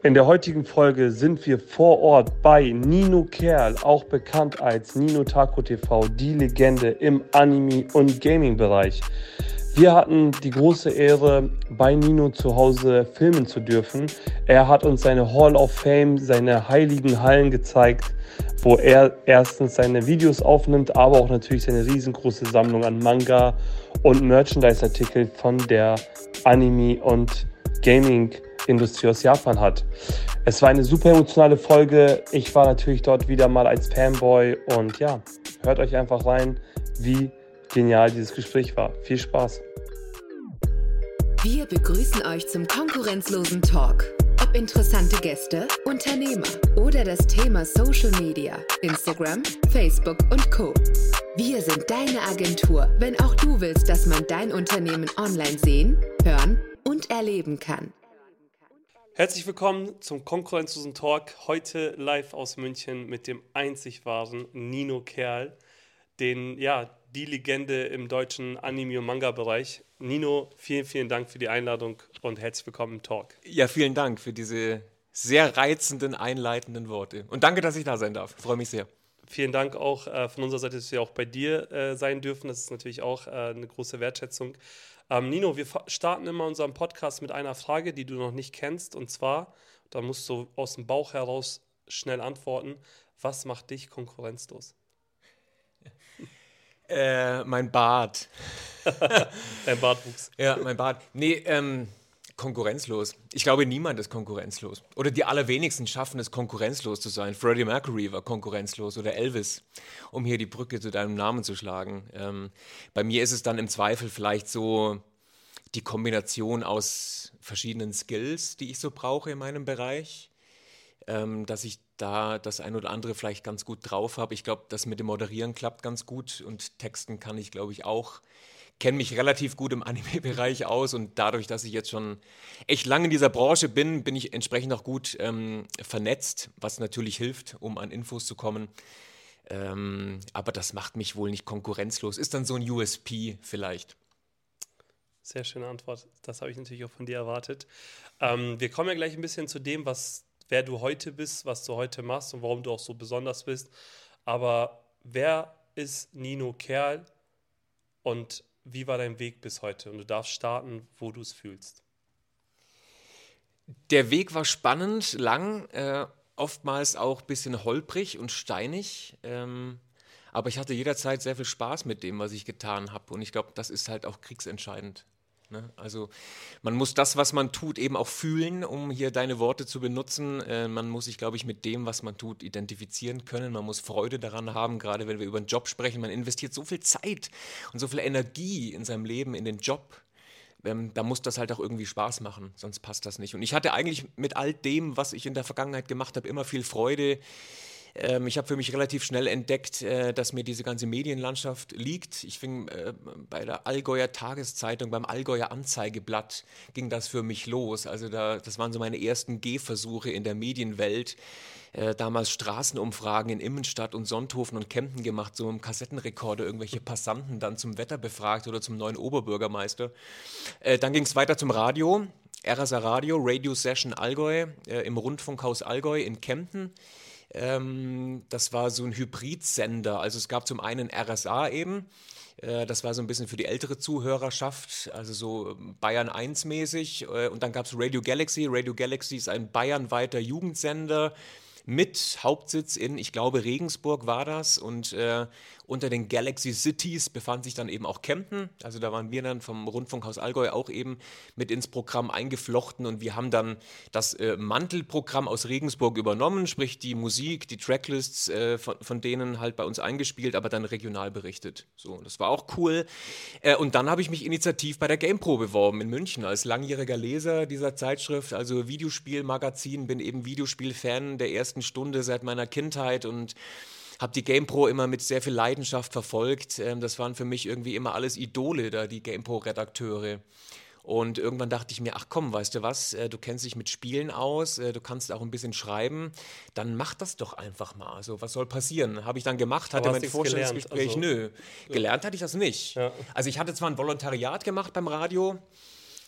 In der heutigen Folge sind wir vor Ort bei Nino Kerl, auch bekannt als Nino Taco TV, die Legende im Anime- und Gaming-Bereich. Wir hatten die große Ehre, bei Nino zu Hause filmen zu dürfen. Er hat uns seine Hall of Fame, seine heiligen Hallen gezeigt, wo er erstens seine Videos aufnimmt, aber auch natürlich seine riesengroße Sammlung an Manga und Merchandise-Artikel von der Anime- und Gaming-Industrie aus Japan hat. Es war eine super emotionale Folge. Ich war natürlich dort wieder mal als Fanboy und ja, hört euch einfach rein, wie genial dieses Gespräch war. Viel Spaß. Wir begrüßen euch zum konkurrenzlosen Talk. Ob interessante Gäste, Unternehmer oder das Thema Social Media, Instagram, Facebook und Co. Wir sind deine Agentur, wenn auch du willst, dass man dein Unternehmen online sehen, hören und erleben kann. Herzlich willkommen zum konkurrenzlosen Talk. Heute live aus München mit dem einzig wahren Nino Kerl, die Legende im deutschen Anime- und Manga-Bereich. Nino, vielen, vielen Dank für die Einladung und herzlich willkommen im Talk. Ja, vielen Dank für diese sehr reizenden, einleitenden Worte. Und danke, dass ich da sein darf. Ich freue mich sehr. Vielen Dank auch von unserer Seite, dass wir auch bei dir sein dürfen. Das ist natürlich auch eine große Wertschätzung. Nino, wir starten immer unseren Podcast mit einer Frage, die du noch nicht kennst. Und zwar, da musst du aus dem Bauch heraus schnell antworten. Was macht dich konkurrenzlos? Mein Bart. Dein Bartwuchs. Ja, mein Bart. Nee, konkurrenzlos. Ich glaube, niemand ist konkurrenzlos. Oder die allerwenigsten schaffen es, konkurrenzlos zu sein. Freddie Mercury war konkurrenzlos oder Elvis, um hier die Brücke zu deinem Namen zu schlagen. Bei mir ist es dann im Zweifel vielleicht so die Kombination aus verschiedenen Skills, die ich so brauche in meinem Bereich, dass ich da das ein oder andere vielleicht ganz gut drauf habe. Ich glaube, das mit dem Moderieren klappt ganz gut und Texten kann ich, glaube ich, auch. Kenne mich relativ gut im Anime-Bereich aus und dadurch, dass ich jetzt schon echt lange in dieser Branche bin, bin ich entsprechend auch gut vernetzt, was natürlich hilft, um an Infos zu kommen. Aber das macht mich wohl nicht konkurrenzlos. Ist dann so ein USP vielleicht. Sehr schöne Antwort. Das habe ich natürlich auch von dir erwartet. Wir kommen ja gleich ein bisschen zu dem, wer du heute bist, was du heute machst und warum du auch so besonders bist. Aber wer ist Nino Kerl und wie war dein Weg bis heute? Und du darfst starten, wo du es fühlst. Der Weg war spannend, lang, oftmals auch ein bisschen holprig und steinig. Aber ich hatte jederzeit sehr viel Spaß mit dem, was ich getan habe. Und ich glaube, das ist halt auch kriegsentscheidend. Ne? Also man muss das, was man tut, eben auch fühlen, um hier deine Worte zu benutzen. Man muss sich, glaube ich, mit dem, was man tut, identifizieren können. Man muss Freude daran haben, gerade wenn wir über einen Job sprechen. Man investiert so viel Zeit und so viel Energie in seinem Leben, in den Job. Da muss das halt auch irgendwie Spaß machen, sonst passt das nicht. Und ich hatte eigentlich mit all dem, was ich in der Vergangenheit gemacht habe, immer viel Freude. Ich habe für mich relativ schnell entdeckt, dass mir diese ganze Medienlandschaft liegt. Ich fing bei der Allgäuer Tageszeitung, beim Allgäuer Anzeigeblatt ging das für mich los. Also das waren so meine ersten Gehversuche in der Medienwelt. Damals Straßenumfragen in Immenstadt und Sonthofen und Kempten gemacht, so im Kassettenrekorder irgendwelche Passanten dann zum Wetter befragt oder zum neuen Oberbürgermeister. Dann ging es weiter zum Radio, RSA Radio, Radio Session Allgäu, im Rundfunkhaus Allgäu in Kempten. Das war so ein Hybridsender, also es gab zum einen RSA eben, das war so ein bisschen für die ältere Zuhörerschaft, also so Bayern 1 mäßig, und dann gab es Radio Galaxy. Radio Galaxy ist ein bayernweiter Jugendsender mit Hauptsitz in, ich glaube, Regensburg war das, und unter den Galaxy Cities befand sich dann eben auch Kempten, also da waren wir dann vom Rundfunkhaus Allgäu auch eben mit ins Programm eingeflochten und wir haben dann das Mantelprogramm aus Regensburg übernommen, sprich die Musik, die Tracklists von denen halt bei uns eingespielt, aber dann regional berichtet. So, das war auch cool. Und dann habe ich mich initiativ bei der GamePro beworben in München als langjähriger Leser dieser Zeitschrift, also Videospielmagazin, bin eben Videospielfan der ersten Stunde seit meiner Kindheit und habe die GamePro immer mit sehr viel Leidenschaft verfolgt. Das waren für mich irgendwie immer alles Idole, da die GamePro-Redakteure. Und irgendwann dachte ich mir, ach komm, weißt du was, du kennst dich mit Spielen aus, du kannst auch ein bisschen schreiben, dann mach das doch einfach mal. Also was soll passieren? Habe ich dann gemacht, hatte mein Vorstellungsgespräch, gelernt hatte ich das nicht. Ja. Also ich hatte zwar ein Volontariat gemacht beim Radio,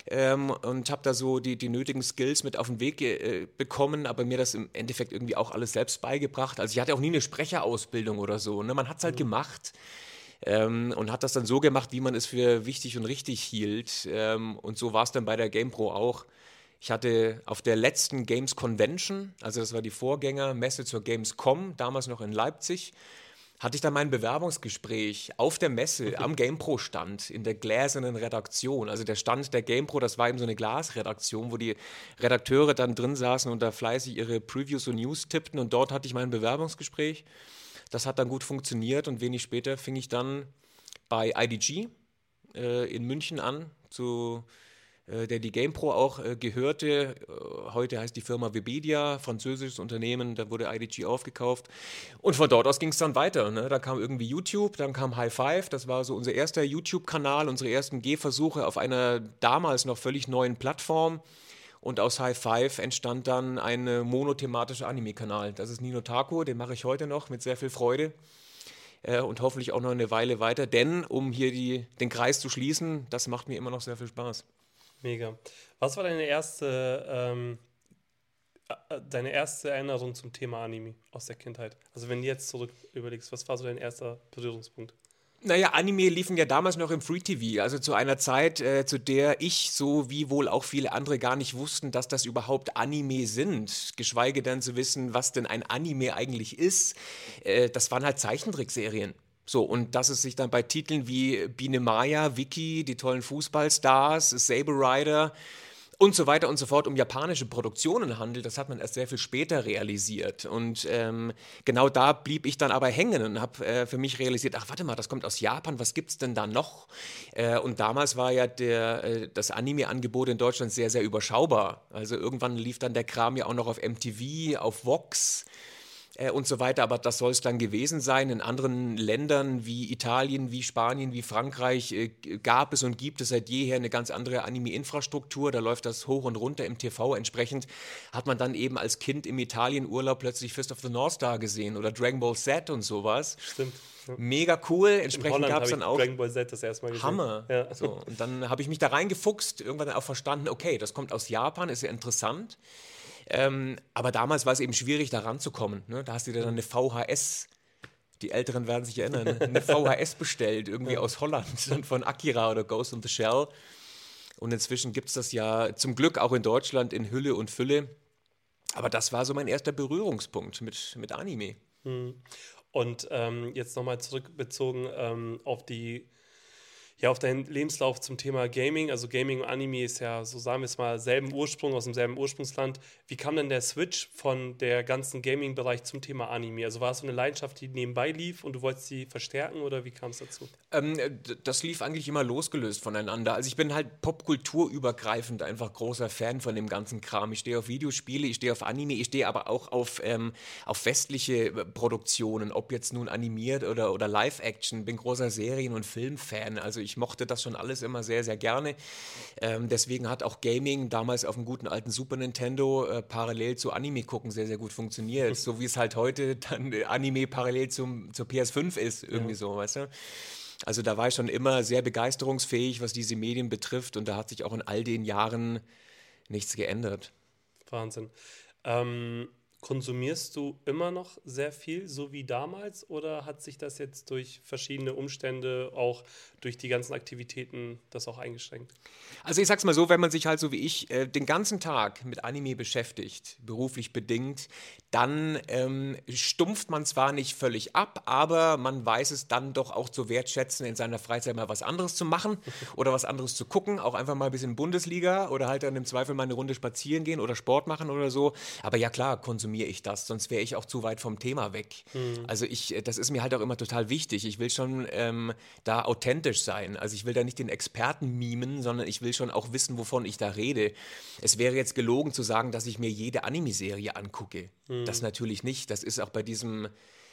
und habe da so die nötigen Skills mit auf den Weg bekommen, aber mir das im Endeffekt irgendwie auch alles selbst beigebracht. Also ich hatte auch nie eine Sprecherausbildung oder so, ne? Man hat es halt gemacht. Und hat das dann so gemacht, wie man es für wichtig und richtig hielt. Und so war es dann bei der GamePro auch. Ich hatte auf der letzten Games Convention, also das war die Vorgängermesse zur Gamescom, damals noch in Leipzig, hatte ich dann mein Bewerbungsgespräch auf der Messe am GamePro-Stand in der gläsernen Redaktion. Also der Stand der GamePro, das war eben so eine Glasredaktion, wo die Redakteure dann drin saßen und da fleißig ihre Previews und News tippten. Und dort hatte ich mein Bewerbungsgespräch. Das hat dann gut funktioniert und wenig später fing ich dann bei IDG in München an, zu der die GamePro auch gehörte. Heute heißt die Firma Webedia, französisches Unternehmen, da wurde IDG aufgekauft. Und von dort aus ging es dann weiter. Ne? Da kam irgendwie YouTube, dann kam High Five, das war so unser erster YouTube-Kanal, unsere ersten Gehversuche auf einer damals noch völlig neuen Plattform. Und aus High Five entstand dann ein monothematischer Anime-Kanal. Das ist Ni no Taco, den mache ich heute noch mit sehr viel Freude. Und hoffentlich auch noch eine Weile weiter. Denn, um hier den Kreis zu schließen, das macht mir immer noch sehr viel Spaß. Mega. Was war deine erste Erinnerung zum Thema Anime aus der Kindheit? Also wenn du jetzt zurück überlegst, was war so dein erster Berührungspunkt? Naja, Anime liefen ja damals noch im Free TV, also zu einer Zeit, zu der ich, so wie wohl auch viele andere, gar nicht wussten, dass das überhaupt Anime sind, geschweige denn zu wissen, was denn ein Anime eigentlich ist. Das waren halt Zeichentrickserien. So, und dass es sich dann bei Titeln wie Biene Maya, Vicky, die tollen Fußballstars, Saber Rider und so weiter und so fort um japanische Produktionen handelt, das hat man erst sehr viel später realisiert. Und genau da blieb ich dann aber hängen und habe für mich realisiert, ach warte mal, das kommt aus Japan, was gibt's denn da noch? Und damals war ja das Anime-Angebot in Deutschland sehr, sehr überschaubar. Also irgendwann lief dann der Kram ja auch noch auf MTV, auf Vox und so weiter, aber das soll es dann gewesen sein. In anderen Ländern wie Italien, wie Spanien, wie Frankreich gab es und gibt es seit jeher eine ganz andere Anime-Infrastruktur. Da läuft das hoch und runter im TV. Entsprechend hat man dann eben als Kind im Italienurlaub plötzlich Fist of the North Star gesehen oder Dragon Ball Z und sowas. Stimmt. Ja. Mega cool. Entsprechend gab es dann auch Dragon Ball Z das erste Mal gesehen. Hammer. Ja. So, und dann habe ich mich da reingefuchst, irgendwann auch verstanden, okay, das kommt aus Japan, ist ja interessant. Aber damals war es eben schwierig, da ranzukommen. Ne? Da hast du dir dann eine VHS, die Älteren werden sich erinnern, eine VHS bestellt, irgendwie aus Holland, dann von Akira oder Ghost in the Shell. Und inzwischen gibt es das ja zum Glück auch in Deutschland in Hülle und Fülle. Aber das war so mein erster Berührungspunkt mit Anime. Und jetzt nochmal zurückbezogen auf deinen Lebenslauf zum Thema Gaming. Also Gaming und Anime ist ja, so sagen wir es mal, selben Ursprung, aus demselben Ursprungsland. Wie kam denn der Switch von der ganzen Gaming-Bereich zum Thema Anime? Also war es so eine Leidenschaft, die nebenbei lief und du wolltest sie verstärken oder wie kam es dazu? Das lief eigentlich immer losgelöst voneinander. Also ich bin halt popkulturübergreifend einfach großer Fan von dem ganzen Kram. Ich stehe auf Videospiele, ich stehe auf Anime, ich stehe aber auch auf westliche Produktionen, ob jetzt nun animiert oder Live-Action. Bin großer Serien- und Filmfan. Also ich mochte das schon alles immer sehr, sehr gerne. Deswegen hat auch Gaming damals auf dem guten alten Super Nintendo parallel zu Anime gucken sehr, sehr gut funktioniert. So wie es halt heute dann Anime parallel zur PS5 ist, irgendwie so, weißt du? Also da war ich schon immer sehr begeisterungsfähig, was diese Medien betrifft und da hat sich auch in all den Jahren nichts geändert. Wahnsinn. Konsumierst du immer noch sehr viel, so wie damals, oder hat sich das jetzt durch verschiedene Umstände, auch durch die ganzen Aktivitäten, das auch eingeschränkt? Also ich sag's mal so, wenn man sich halt so wie ich den ganzen Tag mit Anime beschäftigt, beruflich bedingt, dann stumpft man zwar nicht völlig ab, aber man weiß es dann doch auch zu wertschätzen, in seiner Freizeit mal was anderes zu machen oder was anderes zu gucken, auch einfach mal ein bisschen Bundesliga oder halt dann im Zweifel mal eine Runde spazieren gehen oder Sport machen oder so. Aber ja klar, konsumiere ich das, sonst wäre ich auch zu weit vom Thema weg. Also das ist mir halt auch immer total wichtig. Ich will schon da authentisch sein. Also ich will da nicht den Experten mimen, sondern ich will schon auch wissen, wovon ich da rede. Es wäre jetzt gelogen zu sagen, dass ich mir jede Anime-Serie angucke. Das natürlich nicht. Das ist auch bei dieser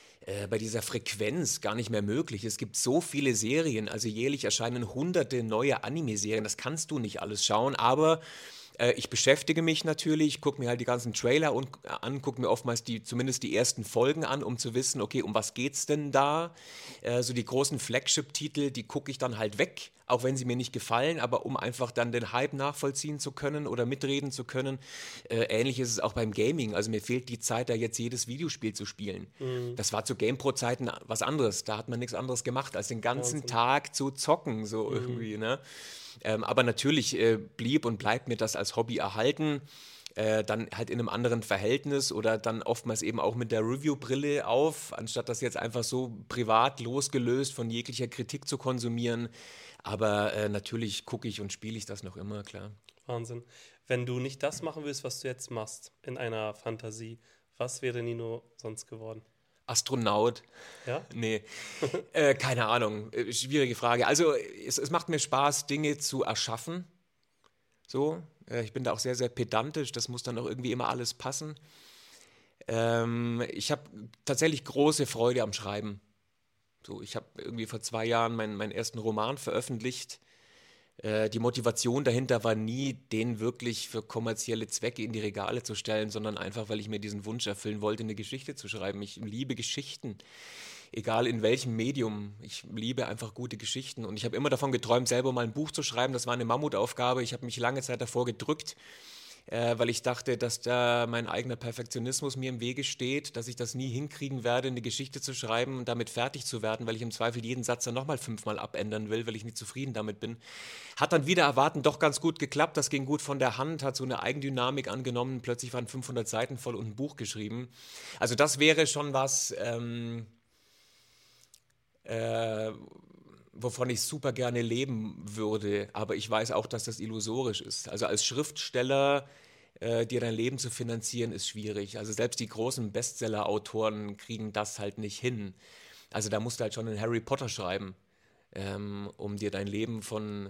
Frequenz gar nicht mehr möglich. Es gibt so viele Serien, also jährlich erscheinen hunderte neue Anime-Serien. Das kannst du nicht alles schauen, aber Ich beschäftige mich natürlich, gucke mir halt die ganzen Trailer an, gucke mir oftmals zumindest die ersten Folgen an, um zu wissen, okay, um was geht's denn da? So die großen Flagship-Titel, die gucke ich dann halt weg, auch wenn sie mir nicht gefallen, aber um einfach dann den Hype nachvollziehen zu können oder mitreden zu können. Ähnlich ist es auch beim Gaming. Also mir fehlt die Zeit, da jetzt jedes Videospiel zu spielen. Das war zu GamePro-Zeiten was anderes. Da hat man nichts anderes gemacht, als den ganzen Tag zu zocken, so irgendwie, ne? Aber natürlich blieb und bleibt mir das als Hobby erhalten, dann halt in einem anderen Verhältnis oder dann oftmals eben auch mit der Review-Brille auf, anstatt das jetzt einfach so privat losgelöst von jeglicher Kritik zu konsumieren. Aber natürlich gucke ich und spiele ich das noch immer, klar. Wahnsinn. Wenn du nicht das machen willst, was du jetzt machst, in einer Fantasie, was wäre Nino sonst geworden? Astronaut? Ja? Nee, keine Ahnung. Schwierige Frage. Also es macht mir Spaß, Dinge zu erschaffen. So, ich bin da auch sehr, sehr pedantisch. Das muss dann auch irgendwie immer alles passen. Ich habe tatsächlich große Freude am Schreiben. So, ich habe irgendwie vor 2 Jahren meinen ersten Roman veröffentlicht. Die Motivation dahinter war nie, den wirklich für kommerzielle Zwecke in die Regale zu stellen, sondern einfach, weil ich mir diesen Wunsch erfüllen wollte, eine Geschichte zu schreiben. Ich liebe Geschichten, egal in welchem Medium. Ich liebe einfach gute Geschichten und ich habe immer davon geträumt, selber mal ein Buch zu schreiben. Das war eine Mammutaufgabe. Ich habe mich lange Zeit davor gedrückt, weil ich dachte, dass da mein eigener Perfektionismus mir im Wege steht, dass ich das nie hinkriegen werde, eine Geschichte zu schreiben und damit fertig zu werden, weil ich im Zweifel jeden Satz dann nochmal 5-mal abändern will, weil ich nicht zufrieden damit bin. Hat dann wieder erwarten doch ganz gut geklappt, das ging gut von der Hand, hat so eine Eigendynamik angenommen, plötzlich waren 500 Seiten voll und ein Buch geschrieben. Also das wäre schon was, wovon ich super gerne leben würde, aber ich weiß auch, dass das illusorisch ist. Also als Schriftsteller dir dein Leben zu finanzieren, ist schwierig. Also selbst die großen Bestseller-Autoren kriegen das halt nicht hin. Also da musst du halt schon einen Harry Potter schreiben, um dir dein Leben von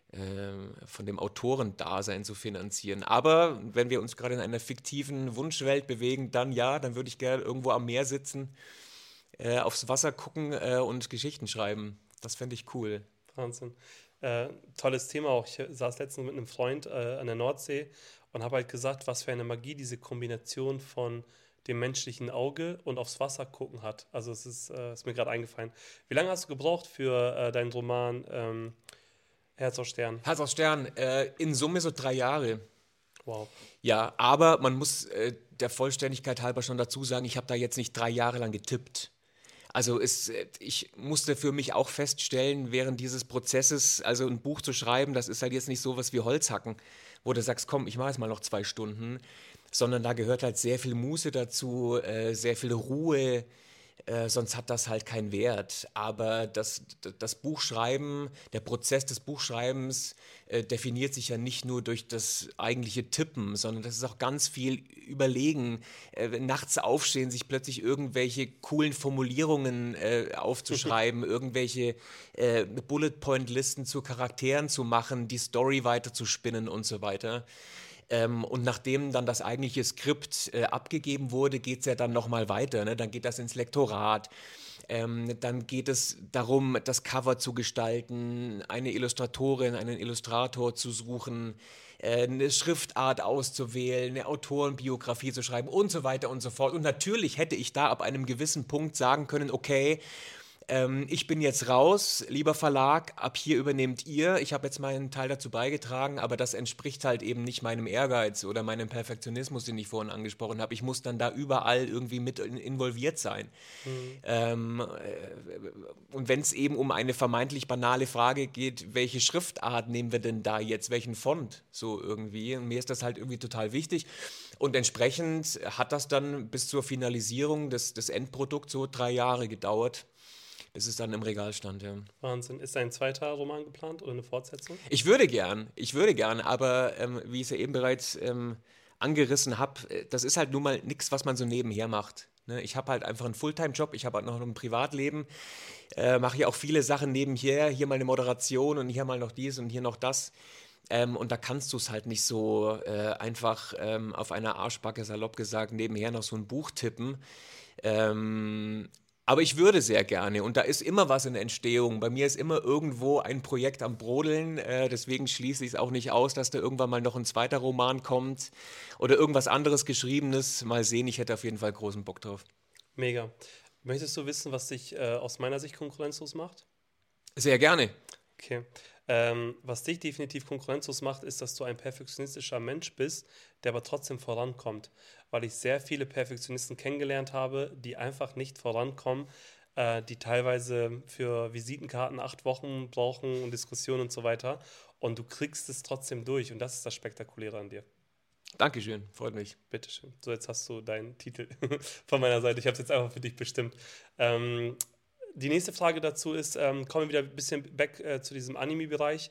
dem Autorendasein zu finanzieren. Aber wenn wir uns gerade in einer fiktiven Wunschwelt bewegen, dann ja, dann würde ich gerne irgendwo am Meer sitzen, aufs Wasser gucken und Geschichten schreiben. Das fände ich cool. Wahnsinn. Tolles Thema auch. Ich saß letztens mit einem Freund an der Nordsee und habe halt gesagt, was für eine Magie diese Kombination von dem menschlichen Auge und aufs Wasser gucken hat. Also es ist mir gerade eingefallen. Wie lange hast du gebraucht für deinen Roman Herz aus Stern? Herz aus Stern, in Summe so 3 Jahre. Wow. Ja, aber man muss der Vollständigkeit halber schon dazu sagen, ich habe da jetzt nicht 3 Jahre lang getippt. Also ich musste für mich auch feststellen, während dieses Prozesses, also ein Buch zu schreiben, das ist halt jetzt nicht sowas wie Holzhacken, wo du sagst, komm, ich mache jetzt mal noch 2 Stunden, sondern da gehört halt sehr viel Muße dazu, sehr viel Ruhe, sonst hat das halt keinen Wert. Aber das Buchschreiben, der Prozess des Buchschreibens definiert sich ja nicht nur durch das eigentliche Tippen, sondern das ist auch ganz viel Überlegen, nachts aufstehen, sich plötzlich irgendwelche coolen Formulierungen aufzuschreiben, irgendwelche Bullet-Point-Listen zu Charakteren zu machen, die Story weiterzuspinnen und so weiter. Und nachdem dann das eigentliche Skript abgegeben wurde, geht es ja dann nochmal weiter. Ne? Dann geht das ins Lektorat. Dann geht es darum, das Cover zu gestalten, eine Illustratorin, einen Illustrator zu suchen, eine Schriftart auszuwählen, eine Autorenbiografie zu schreiben und so weiter und so fort. Und natürlich hätte ich da ab einem gewissen Punkt sagen können, okay, ich bin jetzt raus, lieber Verlag, ab hier übernehmt ihr. Ich habe jetzt meinen Teil dazu beigetragen, aber das entspricht halt eben nicht meinem Ehrgeiz oder meinem Perfektionismus, den ich vorhin angesprochen habe. Ich muss dann da überall irgendwie mit involviert sein. Und wenn es eben um eine vermeintlich banale Frage geht, welche Schriftart nehmen wir denn da jetzt, welchen Font, so irgendwie. Und mir ist das halt irgendwie total wichtig. Und entsprechend hat das dann bis zur Finalisierung des Endprodukts so 3 Jahre gedauert, bis es dann im Regal stand, ja. Wahnsinn. Ist ein zweiter Roman geplant oder eine Fortsetzung? Ich würde gern, aber wie ich es ja eben bereits angerissen habe, das ist halt nun mal nichts, was man so nebenher macht. Ne? Ich habe halt einfach einen Fulltime-Job, ich habe halt noch ein Privatleben, mache hier auch viele Sachen nebenher, hier mal eine Moderation und hier mal noch dies und hier noch das. Und da kannst du es halt nicht so einfach auf einer Arschbacke, salopp gesagt, nebenher noch so ein Buch tippen. Aber ich würde sehr gerne und da ist immer was in Entstehung. Bei mir ist immer irgendwo ein Projekt am Brodeln. Deswegen schließe ich es auch nicht aus, dass da irgendwann mal noch ein zweiter Roman kommt oder irgendwas anderes Geschriebenes. Mal sehen, ich hätte auf jeden Fall großen Bock drauf. Mega. Möchtest du wissen, was dich aus meiner Sicht konkurrenzlos macht? Sehr gerne. Okay. Was dich definitiv konkurrenzlos macht, ist, dass du ein perfektionistischer Mensch bist, der aber trotzdem vorankommt. Weil ich sehr viele Perfektionisten kennengelernt habe, die einfach nicht vorankommen, die teilweise für Visitenkarten 8 Wochen brauchen und Diskussionen und so weiter. Und du kriegst es trotzdem durch. Und das ist das Spektakuläre an dir. Dankeschön, freut mich. Bitteschön. So, jetzt hast du deinen Titel von meiner Seite. Ich habe es jetzt einfach für dich bestimmt. Die nächste Frage dazu ist, kommen wir wieder ein bisschen back zu diesem Anime-Bereich.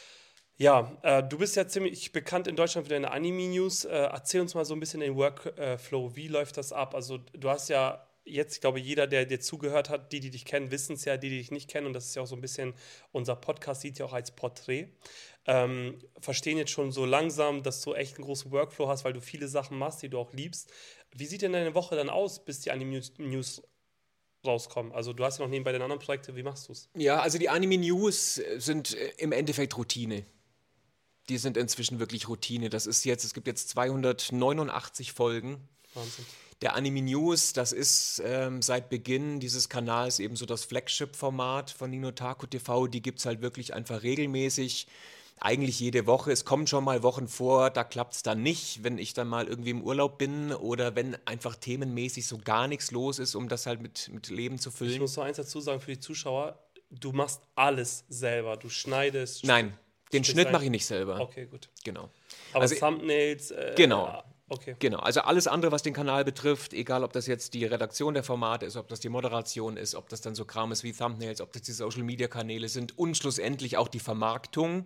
Ja, du bist ja ziemlich bekannt in Deutschland für deine Anime-News. Erzähl uns mal so ein bisschen den Workflow. Wie läuft das ab? Also du hast ja jetzt, ich glaube, jeder, der dir zugehört hat, die dich kennen, wissen es ja, die dich nicht kennen. Und das ist ja auch so ein bisschen, unser Podcast sieht ja auch als Porträt. Verstehen jetzt schon so langsam, dass du echt einen großen Workflow hast, weil du viele Sachen machst, die du auch liebst. Wie sieht denn deine Woche dann aus, bis die Anime-News rauskommen? Also du hast ja noch nebenbei deine anderen Projekte, wie machst du es? Ja, also die Anime-News sind im Endeffekt Routine. Die sind inzwischen wirklich Routine. Es gibt jetzt 289 Folgen. Wahnsinn. Der Anime News, das ist seit Beginn dieses Kanals eben so das Flagship-Format von Ninotaku TV. Die gibt es halt wirklich einfach regelmäßig. Eigentlich jede Woche. Es kommen schon mal Wochen vor, da klappt es dann nicht, wenn ich dann mal irgendwie im Urlaub bin oder wenn einfach themenmäßig so gar nichts los ist, um das halt mit Leben zu füllen. Ich muss noch eins dazu sagen für die Zuschauer, du machst alles selber. Du schneidest. Nein, den Schnitt ein. mache ich nicht selber. Okay, gut. Genau. Aber Also, Thumbnails. genau. Okay. Genau, also alles andere, was den Kanal betrifft, egal ob das jetzt die Redaktion der Formate ist, ob das die Moderation ist, ob das dann so Kram ist wie Thumbnails, ob das die Social-Media-Kanäle sind und schlussendlich auch die Vermarktung.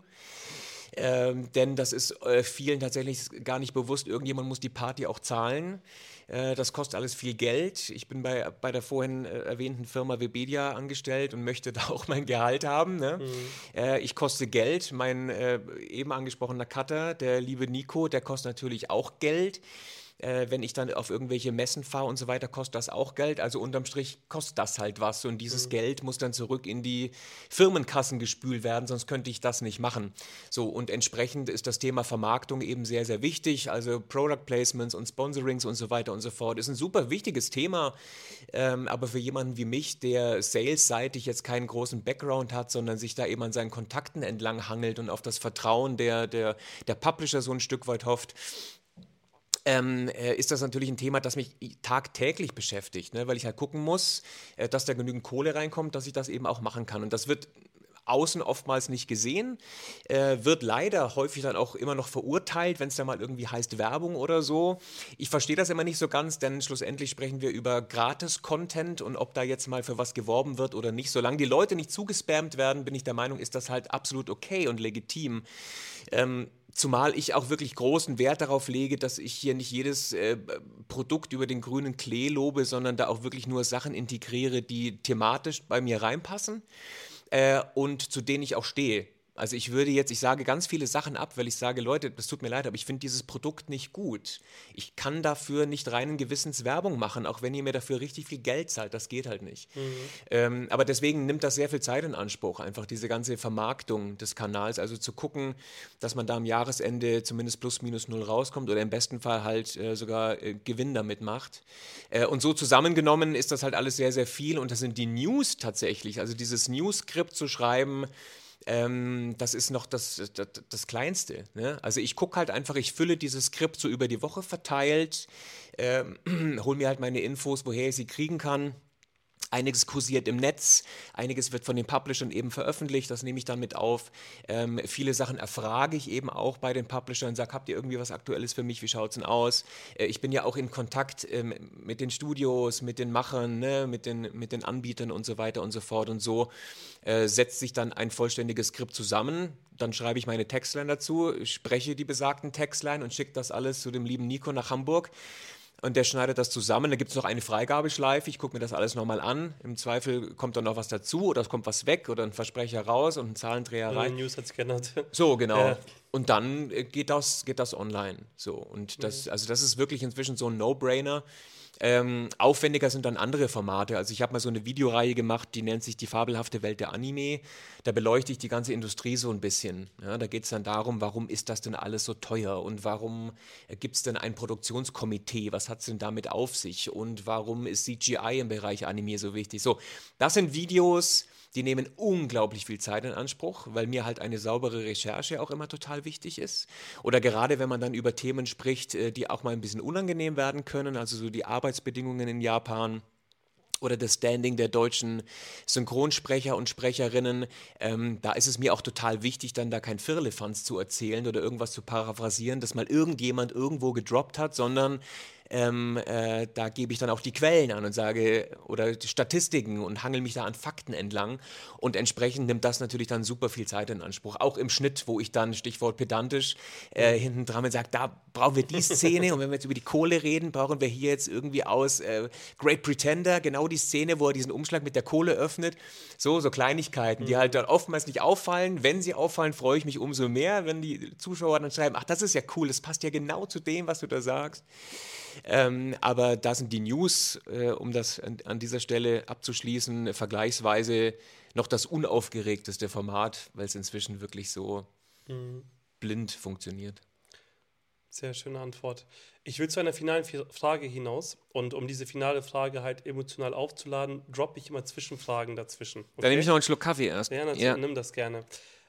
Denn das ist vielen tatsächlich gar nicht bewusst, irgendjemand muss die Party auch zahlen. Das kostet alles viel Geld. Ich bin bei der vorhin erwähnten Firma Webedia angestellt und möchte da auch mein Gehalt haben. Ne? Ich koste Geld. Mein eben angesprochener Cutter, der liebe Nico, der kostet natürlich auch Geld. Wenn ich dann auf irgendwelche Messen fahre und so weiter, kostet das auch Geld. Also unterm Strich kostet das halt was. Und dieses Geld muss dann zurück in die Firmenkassen gespült werden, sonst könnte ich das nicht machen. So, und entsprechend ist das Thema Vermarktung eben sehr, sehr wichtig. Also Product Placements und Sponsorings und so weiter und so fort ist ein super wichtiges Thema. Aber für jemanden wie mich, der salesseitig jetzt keinen großen Background hat, sondern sich da eben an seinen Kontakten entlang hangelt und auf das Vertrauen der Publisher so ein Stück weit hofft, ist das natürlich ein Thema, das mich tagtäglich beschäftigt, ne? Weil ich halt gucken muss, dass da genügend Kohle reinkommt, dass ich das eben auch machen kann. Und das wird außen oftmals nicht gesehen, wird leider häufig dann auch immer noch verurteilt, wenn es dann mal irgendwie heißt Werbung oder so. Ich verstehe das immer nicht so ganz, denn schlussendlich sprechen wir über Gratis-Content und ob da jetzt mal für was geworben wird oder nicht. Solange die Leute nicht zugespammt werden, bin ich der Meinung, ist das halt absolut okay und legitim. Zumal ich auch wirklich großen Wert darauf lege, dass ich hier nicht jedes Produkt über den grünen Klee lobe, sondern da auch wirklich nur Sachen integriere, die thematisch bei mir reinpassen und zu denen ich auch stehe. Also ich sage ganz viele Sachen ab, weil ich sage, Leute, das tut mir leid, aber ich finde dieses Produkt nicht gut. Ich kann dafür nicht reinen Gewissens Werbung machen, auch wenn ihr mir dafür richtig viel Geld zahlt, das geht halt nicht. Aber deswegen nimmt das sehr viel Zeit in Anspruch, einfach diese ganze Vermarktung des Kanals, also zu gucken, dass man da am Jahresende zumindest plus minus null rauskommt oder im besten Fall halt sogar Gewinn damit macht. Und so zusammengenommen ist das halt alles sehr, sehr viel und das sind die News tatsächlich, also dieses News-Skript zu schreiben, das ist noch das Kleinste. Ne? Also ich gucke halt einfach, ich fülle dieses Skript so über die Woche verteilt, hole mir halt meine Infos, woher ich sie kriegen kann. Einiges kursiert im Netz, einiges wird von den Publishern eben veröffentlicht, das nehme ich dann mit auf. Viele Sachen erfrage ich eben auch bei den Publishern, sage, habt ihr irgendwie was Aktuelles für mich, wie schaut es denn aus? Ich bin ja auch in Kontakt mit den Studios, mit den Machern, ne? mit den Anbietern und so weiter und so fort. Und so setzt sich dann ein vollständiges Skript zusammen. Dann schreibe ich meine Textline dazu, spreche die besagten Textline und schicke das alles zu dem lieben Nico nach Hamburg. Und der schneidet das zusammen, da gibt es noch eine Freigabeschleife, ich gucke mir das alles nochmal an, im Zweifel kommt dann noch was dazu oder es kommt was weg oder ein Versprecher raus und ein Zahlendreher rein. News hat es geändert. So, genau. Und dann geht das online. So. Und das ist wirklich inzwischen so ein No-Brainer. Aufwendiger sind dann andere Formate. Also ich habe mal so eine Videoreihe gemacht, die nennt sich Die fabelhafte Welt der Anime. Da beleuchte ich die ganze Industrie so ein bisschen. Ja, da geht es dann darum, warum ist das denn alles so teuer und warum gibt es denn ein Produktionskomitee, was hat es denn damit auf sich und warum ist CGI im Bereich Anime so wichtig. So, das sind Videos, die nehmen unglaublich viel Zeit in Anspruch, weil mir halt eine saubere Recherche auch immer total wichtig ist. Oder gerade wenn man dann über Themen spricht, die auch mal ein bisschen unangenehm werden können, also so die Arbeitsbedingungen in Japan oder das Standing der deutschen Synchronsprecher und Sprecherinnen, da ist es mir auch total wichtig, dann da kein Firlefanz zu erzählen oder irgendwas zu paraphrasieren, das mal irgendjemand irgendwo gedroppt hat, sondern da gebe ich dann auch die Quellen an und sage, oder Statistiken und hangel mich da an Fakten entlang und entsprechend nimmt das natürlich dann super viel Zeit in Anspruch, auch im Schnitt, wo ich dann, Stichwort pedantisch, hinten dran sage, da brauchen wir die Szene und wenn wir jetzt über die Kohle reden, brauchen wir hier jetzt irgendwie aus Great Pretender genau die Szene, wo er diesen Umschlag mit der Kohle öffnet, so Kleinigkeiten, die halt dann oftmals nicht auffallen. Wenn sie auffallen, freue ich mich umso mehr, wenn die Zuschauer dann schreiben, ach, das ist ja cool, das passt ja genau zu dem, was du da sagst. Aber da sind die News, um das an dieser Stelle abzuschließen, vergleichsweise noch das unaufgeregteste Format, weil es inzwischen wirklich so blind funktioniert. Sehr schöne Antwort. Ich will zu einer finalen Frage hinaus und um diese finale Frage halt emotional aufzuladen, droppe ich immer Zwischenfragen dazwischen. Okay? Dann nehme ich noch einen Schluck Kaffee erst. Ja, natürlich, ja. Nimm das gerne.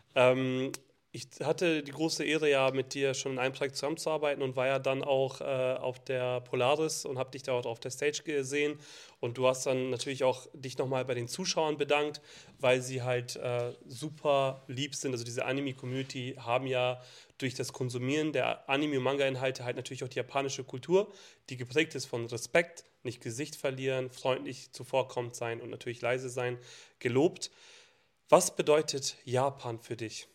Ich hatte die große Ehre, ja mit dir schon in einem Projekt zusammenzuarbeiten und war ja dann auch auf der Polaris und habe dich da auch auf der Stage gesehen. Und du hast dann natürlich auch dich nochmal bei den Zuschauern bedankt, weil sie halt super lieb sind. Also diese Anime-Community haben ja durch das Konsumieren der Anime- und Manga-Inhalte halt natürlich auch die japanische Kultur, die geprägt ist von Respekt, nicht Gesicht verlieren, freundlich zuvorkommend sein und natürlich leise sein, gelobt. Was bedeutet Japan für dich?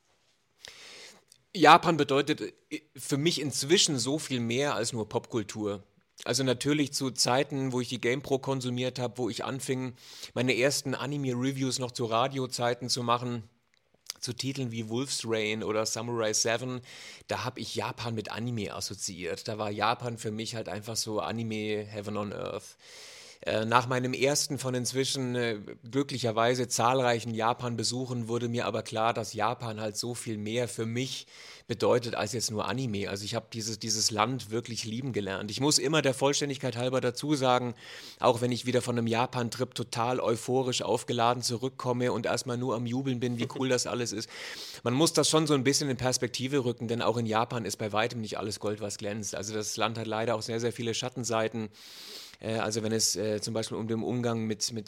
Japan bedeutet für mich inzwischen so viel mehr als nur Popkultur. Also natürlich zu Zeiten, wo ich die GamePro konsumiert habe, wo ich anfing, meine ersten Anime-Reviews noch zu Radiozeiten zu machen, zu Titeln wie Wolf's Rain oder Samurai 7, da habe ich Japan mit Anime assoziiert. Da war Japan für mich halt einfach so Anime Heaven on Earth. Nach meinem ersten von inzwischen glücklicherweise zahlreichen Japan-Besuchen wurde mir aber klar, dass Japan halt so viel mehr für mich bedeutet als jetzt nur Anime. Also ich habe dieses Land wirklich lieben gelernt. Ich muss immer der Vollständigkeit halber dazu sagen, auch wenn ich wieder von einem Japan-Trip total euphorisch aufgeladen zurückkomme und erstmal nur am Jubeln bin, wie cool das alles ist. Man muss das schon so ein bisschen in Perspektive rücken, denn auch in Japan ist bei weitem nicht alles Gold, was glänzt. Also das Land hat leider auch sehr, sehr viele Schattenseiten. Also wenn es zum Beispiel um den Umgang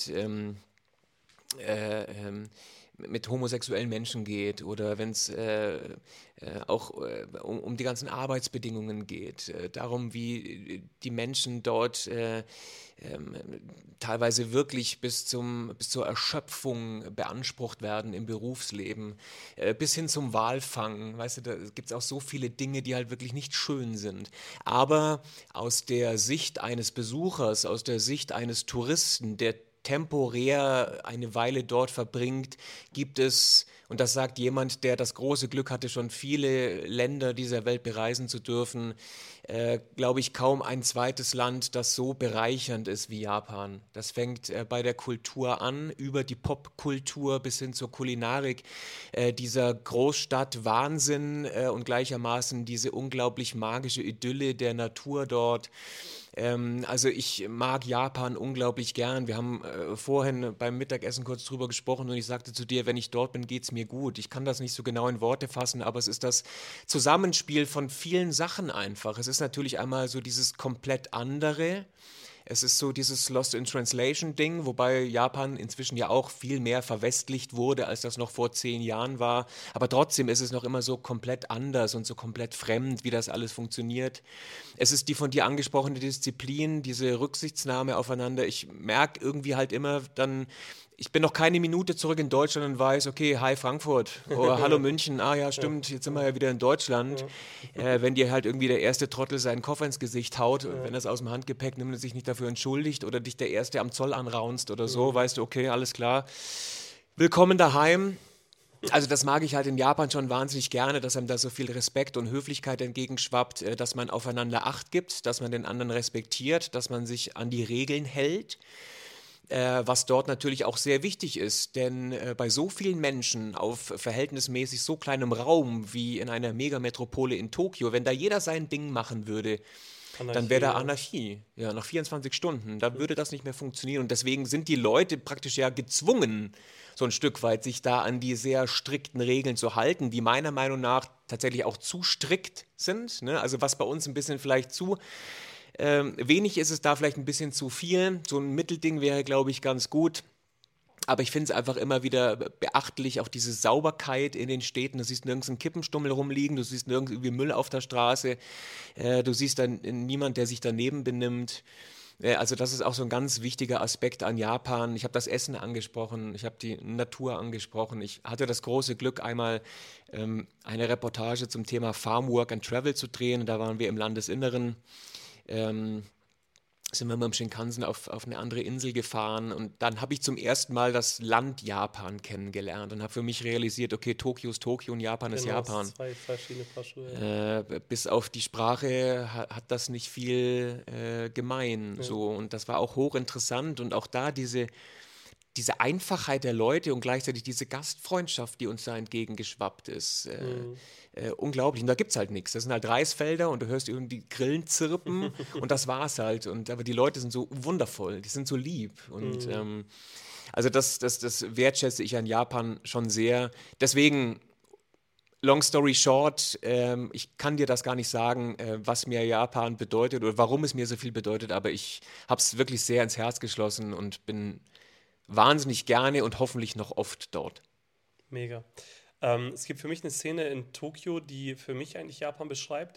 mit homosexuellen Menschen geht oder wenn es auch um die ganzen Arbeitsbedingungen geht, darum, wie die Menschen dort teilweise wirklich bis zur Erschöpfung beansprucht werden im Berufsleben, bis hin zum Walfang. Weißt du, da gibt es auch so viele Dinge, die halt wirklich nicht schön sind. Aber aus der Sicht eines Besuchers, aus der Sicht eines Touristen, der temporär eine Weile dort verbringt, gibt es, und das sagt jemand, der das große Glück hatte, schon viele Länder dieser Welt bereisen zu dürfen, glaube ich, kaum ein zweites Land, das so bereichernd ist wie Japan. Das fängt bei der Kultur an, über die Popkultur bis hin zur Kulinarik, dieser Großstadt-Wahnsinn und gleichermaßen diese unglaublich magische Idylle der Natur dort. Also ich mag Japan unglaublich gern. Wir haben vorhin beim Mittagessen kurz drüber gesprochen und ich sagte zu dir, wenn ich dort bin, geht's mir gut. Ich kann das nicht so genau in Worte fassen, aber es ist das Zusammenspiel von vielen Sachen einfach. Es ist natürlich einmal so dieses komplett andere. Es ist so dieses Lost in Translation Ding, wobei Japan inzwischen ja auch viel mehr verwestlicht wurde, als das noch vor 10 Jahren war. Aber trotzdem ist es noch immer so komplett anders und so komplett fremd, wie das alles funktioniert. Es ist die von dir angesprochene Disziplin, diese Rücksichtsnahme aufeinander. Ich merke irgendwie halt immer dann, ich bin noch keine Minute zurück in Deutschland und weiß, okay, hi Frankfurt oder hallo München, ah ja stimmt, jetzt sind wir ja wieder in Deutschland. Wenn dir halt irgendwie der erste Trottel seinen Koffer ins Gesicht haut, wenn er es aus dem Handgepäck nimmt und sich nicht dafür entschuldigt oder dich der Erste am Zoll anraunst oder so, weißt du, okay, alles klar, willkommen daheim. Also das mag ich halt in Japan schon wahnsinnig gerne, dass einem da so viel Respekt und Höflichkeit entgegenschwappt, dass man aufeinander Acht gibt, dass man den anderen respektiert, dass man sich an die Regeln hält, was dort natürlich auch sehr wichtig ist, denn bei so vielen Menschen auf verhältnismäßig so kleinem Raum wie in einer Megametropole in Tokio, wenn da jeder sein Ding machen würde, dann wäre da Anarchie, ja, nach 24 Stunden, da würde das nicht mehr funktionieren und deswegen sind die Leute praktisch ja gezwungen, so ein Stück weit sich da an die sehr strikten Regeln zu halten, die meiner Meinung nach tatsächlich auch zu strikt sind, ne? Also was bei uns ein bisschen vielleicht zu wenig ist, es da vielleicht ein bisschen zu viel, so ein Mittelding wäre, glaube ich, ganz gut. Aber ich finde es einfach immer wieder beachtlich, auch diese Sauberkeit in den Städten. Du siehst nirgends einen Kippenstummel rumliegen, du siehst nirgends irgendwie Müll auf der Straße, du siehst dann niemand, der sich daneben benimmt. Also das ist auch so ein ganz wichtiger Aspekt an Japan. Ich habe das Essen angesprochen, ich habe die Natur angesprochen. Ich hatte das große Glück, einmal eine Reportage zum Thema Farm, Work and Travel zu drehen. Da waren wir im Landesinneren. Sind wir mit dem Shinkansen auf eine andere Insel gefahren und dann habe ich zum ersten Mal das Land Japan kennengelernt und habe für mich realisiert, okay, Tokio ist Tokio und Japan ist Japan. Zwei verschiedene Paar Schuhe. Bis auf die Sprache hat das nicht viel gemein. Ja. So. Und das war auch hochinteressant und auch da diese Einfachheit der Leute und gleichzeitig diese Gastfreundschaft, die uns da entgegengeschwappt ist. Unglaublich. Und da gibt es halt nichts. Das sind halt Reisfelder und du hörst irgendwie Grillen zirpen und das war's halt. Aber die Leute sind so wundervoll, die sind so lieb. Und also das wertschätze ich an Japan schon sehr. Deswegen, long story short, ich kann dir das gar nicht sagen, was mir Japan bedeutet oder warum es mir so viel bedeutet, aber ich habe es wirklich sehr ins Herz geschlossen und bin wahnsinnig gerne und hoffentlich noch oft dort. Mega. Es gibt für mich eine Szene in Tokio, die für mich eigentlich Japan beschreibt.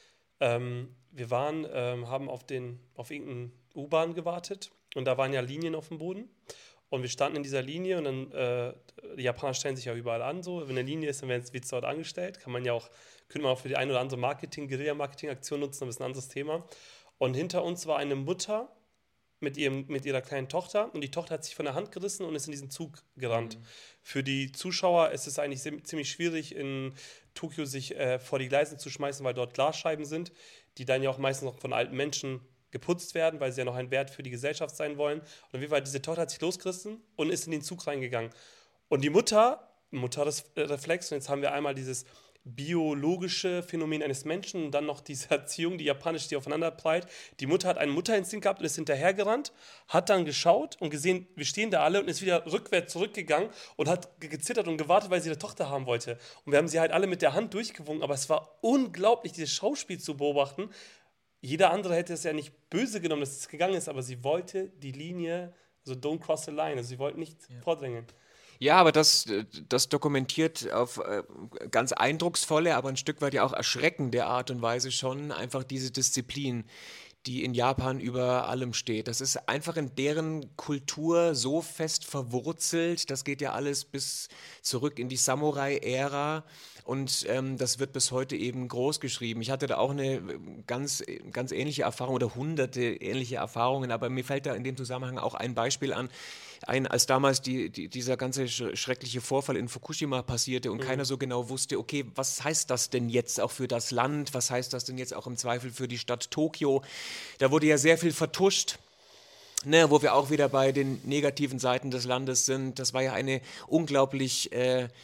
Wir haben auf irgendeine U-Bahn gewartet und da waren ja Linien auf dem Boden und wir standen in dieser Linie und dann, die Japaner stellen sich ja überall an, so, wenn eine Linie ist, dann wird es dort angestellt, könnte man auch für die eine oder andere Guerilla-Marketing-Aktion nutzen, aber das ist ein anderes Thema. Und hinter uns war eine Mutter mit ihrer kleinen Tochter und die Tochter hat sich von der Hand gerissen und ist in diesen Zug gerannt. Für die Zuschauer ist es eigentlich ziemlich schwierig, in Tokio sich vor die Gleise zu schmeißen, weil dort Glasscheiben sind, die dann ja auch meistens noch von alten Menschen geputzt werden, weil sie ja noch ein Wert für die Gesellschaft sein wollen. Und auf jeden Fall, diese Tochter hat sich losgerissen und ist in den Zug reingegangen. Und die Mutter das Reflex, und jetzt haben wir einmal dieses biologische Phänomen eines Menschen und dann noch diese Erziehung, die japanisch, die aufeinander prallt. Die Mutter hat einen Mutterinstinkt gehabt und ist hinterhergerannt, hat dann geschaut und gesehen, wir stehen da alle und ist wieder rückwärts zurückgegangen und hat gezittert und gewartet, weil sie ihre Tochter haben wollte. Und wir haben sie halt alle mit der Hand durchgewunken, aber es war unglaublich, dieses Schauspiel zu beobachten. Jeder andere hätte es ja nicht böse genommen, dass es gegangen ist, aber sie wollte die Linie, also don't cross the line, also sie wollte nicht vordrängeln. Ja, aber das dokumentiert auf ganz eindrucksvolle, aber ein Stück weit ja auch erschreckende Art und Weise schon einfach diese Disziplin, die in Japan über allem steht. Das ist einfach in deren Kultur so fest verwurzelt. Das geht ja alles bis zurück in die Samurai-Ära. Und das wird bis heute eben groß geschrieben. Ich hatte da auch eine ganz, ganz ähnliche Erfahrung oder hunderte ähnliche Erfahrungen, aber mir fällt da in dem Zusammenhang auch ein Beispiel an, als damals dieser ganze schreckliche Vorfall in Fukushima passierte und keiner so genau wusste, okay, was heißt das denn jetzt auch für das Land, was heißt das denn jetzt auch im Zweifel für die Stadt Tokio? Da wurde ja sehr viel vertuscht. Ne, wo wir auch wieder bei den negativen Seiten des Landes sind. Das war ja eine unglaublich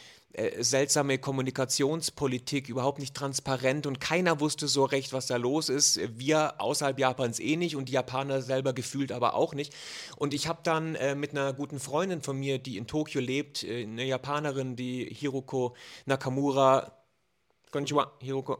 seltsame Kommunikationspolitik, überhaupt nicht transparent und keiner wusste so recht, was da los ist. Wir außerhalb Japans nicht und die Japaner selber gefühlt aber auch nicht. Und ich habe dann mit einer guten Freundin von mir, die in Tokio lebt, eine Japanerin, die Hiroko Nakamura, Konnichiwa, Hiroko,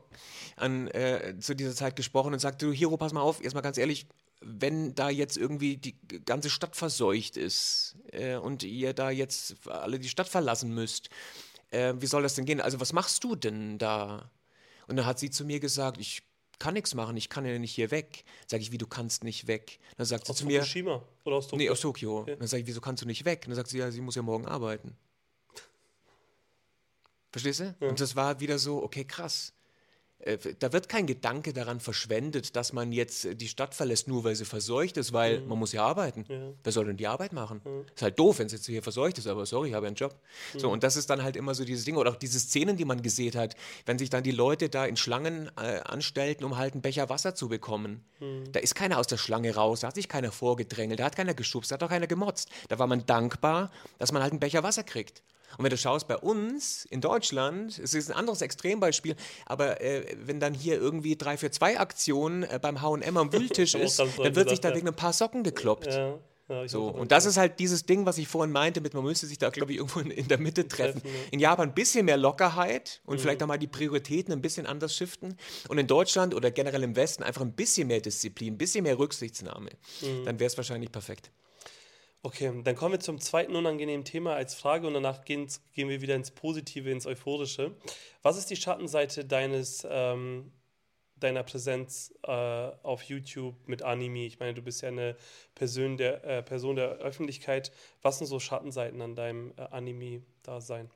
zu dieser Zeit gesprochen und sagte, du Hiro, pass mal auf, erstmal ganz ehrlich, wenn da jetzt irgendwie die ganze Stadt verseucht ist und ihr da jetzt alle die Stadt verlassen müsst, wie soll das denn gehen? Also was machst du denn da? Und dann hat sie zu mir gesagt, ich kann nichts machen, ich kann ja nicht hier weg. Sag ich, wie, du kannst nicht weg? Dann sagt sie zu mir, aus Fukushima oder aus Tokio? Nee, aus Tokio. Ja. Dann sage ich, wieso kannst du nicht weg? Dann sagt sie, ja, sie muss ja morgen arbeiten. Verstehst du? Ja. Und das war wieder so, okay, krass. Da wird kein Gedanke daran verschwendet, dass man jetzt die Stadt verlässt, nur weil sie verseucht ist, weil man muss ja arbeiten. Ja. Wer soll denn die Arbeit machen? Ist halt doof, wenn es jetzt hier verseucht ist, aber sorry, ich habe ja einen Job. So, und das ist dann halt immer so dieses Ding. Oder auch diese Szenen, die man gesehen hat, wenn sich dann die Leute da in Schlangen anstellten, um halt einen Becher Wasser zu bekommen. Da ist keiner aus der Schlange raus, da hat sich keiner vorgedrängelt, da hat keiner geschubst, da hat auch keiner gemotzt. Da war man dankbar, dass man halt einen Becher Wasser kriegt. Und wenn du schaust, bei uns in Deutschland, es ist ein anderes Extrembeispiel, aber wenn dann hier irgendwie 3-für-2-Aktion beim H&M am Wühltisch ist, dann wird sich da wegen ein paar Socken gekloppt. Ja. Ja, so. Und das ist halt dieses Ding, was ich vorhin meinte, man müsste sich da, glaube ich, irgendwo in der Mitte treffen. In Japan ein bisschen mehr Lockerheit und vielleicht auch mal die Prioritäten ein bisschen anders shiften. Und in Deutschland oder generell im Westen einfach ein bisschen mehr Disziplin, ein bisschen mehr Rücksichtsnahme. Dann wäre es wahrscheinlich perfekt. Okay, dann kommen wir zum zweiten unangenehmen Thema als Frage und danach gehen wir wieder ins Positive, ins Euphorische. Was ist die Schattenseite deiner Präsenz auf YouTube mit Anime? Ich meine, du bist ja eine Person der Öffentlichkeit. Was sind so Schattenseiten an deinem Anime-Dasein?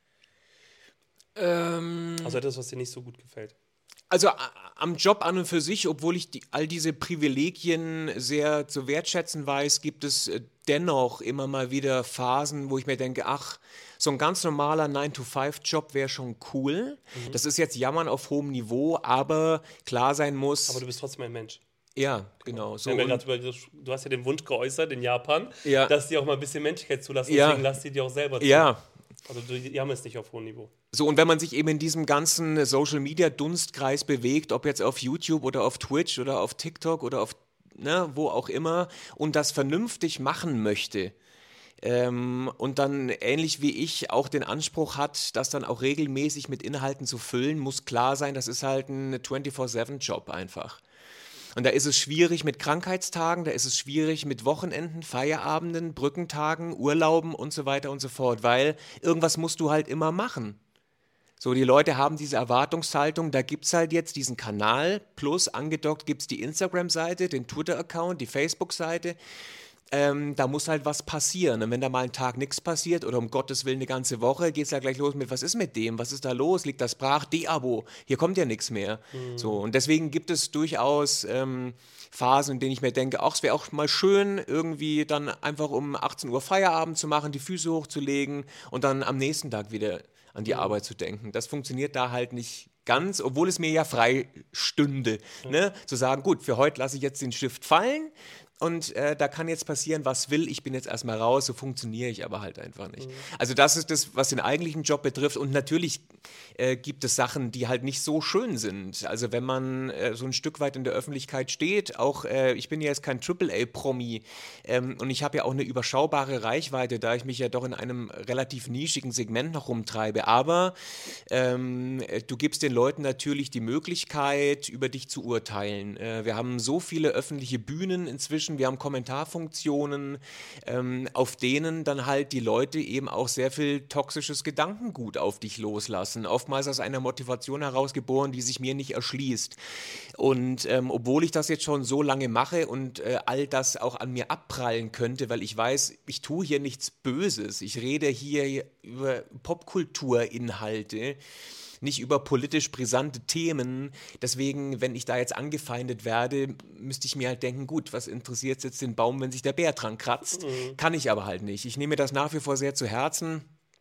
Also etwas, was dir nicht so gut gefällt. Also am Job an und für sich, obwohl ich all diese Privilegien sehr zu wertschätzen weiß, gibt es dennoch immer mal wieder Phasen, wo ich mir denke, ach, so ein ganz normaler 9-to-5-Job wäre schon cool. Das ist jetzt Jammern auf hohem Niveau, aber klar sein muss... Aber du bist trotzdem ein Mensch. Ja, genau. So du hast ja den Wunsch geäußert in Japan, dass die auch mal ein bisschen Menschlichkeit zulassen, deswegen lass die dir auch selber zu. Ja. Also die jammerst nicht auf hohem Niveau. So, und wenn man sich eben in diesem ganzen Social-Media-Dunstkreis bewegt, ob jetzt auf YouTube oder auf Twitch oder auf TikTok oder auf, wo auch immer, und das vernünftig machen möchte, und dann ähnlich wie ich auch den Anspruch hat, das dann auch regelmäßig mit Inhalten zu füllen, muss klar sein, das ist halt ein 24/7-Job einfach. Und da ist es schwierig mit Krankheitstagen, da ist es schwierig mit Wochenenden, Feierabenden, Brückentagen, Urlauben und so weiter und so fort, weil irgendwas musst du halt immer machen. So, die Leute haben diese Erwartungshaltung, da gibt es halt jetzt diesen Kanal, plus angedockt gibt es die Instagram-Seite, den Twitter-Account, die Facebook-Seite. Da muss halt was passieren. Und wenn da mal einen Tag nichts passiert oder um Gottes Willen eine ganze Woche, geht es ja gleich los mit, was ist mit dem? Was ist da los? Liegt das brach? De-Abo. Hier kommt ja nichts mehr. So, und deswegen gibt es durchaus Phasen, in denen ich mir denke, ach, es wäre auch mal schön, irgendwie dann einfach um 18 Uhr Feierabend zu machen, die Füße hochzulegen und dann am nächsten Tag wieder an die Arbeit zu denken. Das funktioniert da halt nicht ganz, obwohl es mir ja frei stünde, zu sagen, gut, für heute lasse ich jetzt den Stift fallen. Und da kann jetzt passieren, was will, ich bin jetzt erstmal raus, so funktioniere ich aber halt einfach nicht. Also das ist das, was den eigentlichen Job betrifft und natürlich gibt es Sachen, die halt nicht so schön sind. Also wenn man so ein Stück weit in der Öffentlichkeit steht, auch ich bin ja jetzt kein AAA-Promi und ich habe ja auch eine überschaubare Reichweite, da ich mich ja doch in einem relativ nischigen Segment noch rumtreibe, aber du gibst den Leuten natürlich die Möglichkeit, über dich zu urteilen. Wir haben so viele öffentliche Bühnen inzwischen, wir haben Kommentarfunktionen, auf denen dann halt die Leute eben auch sehr viel toxisches Gedankengut auf dich loslassen. Oftmals aus einer Motivation herausgeboren, die sich mir nicht erschließt. Und obwohl ich das jetzt schon so lange mache und all das auch an mir abprallen könnte, weil ich weiß, ich tue hier nichts Böses. Ich rede hier über Popkulturinhalte, nicht über politisch brisante Themen. Deswegen, wenn ich da jetzt angefeindet werde, müsste ich mir halt denken, gut, was interessiert jetzt den Baum, wenn sich der Bär dran kratzt? Kann ich aber halt nicht. Ich nehme mir das nach wie vor sehr zu Herzen.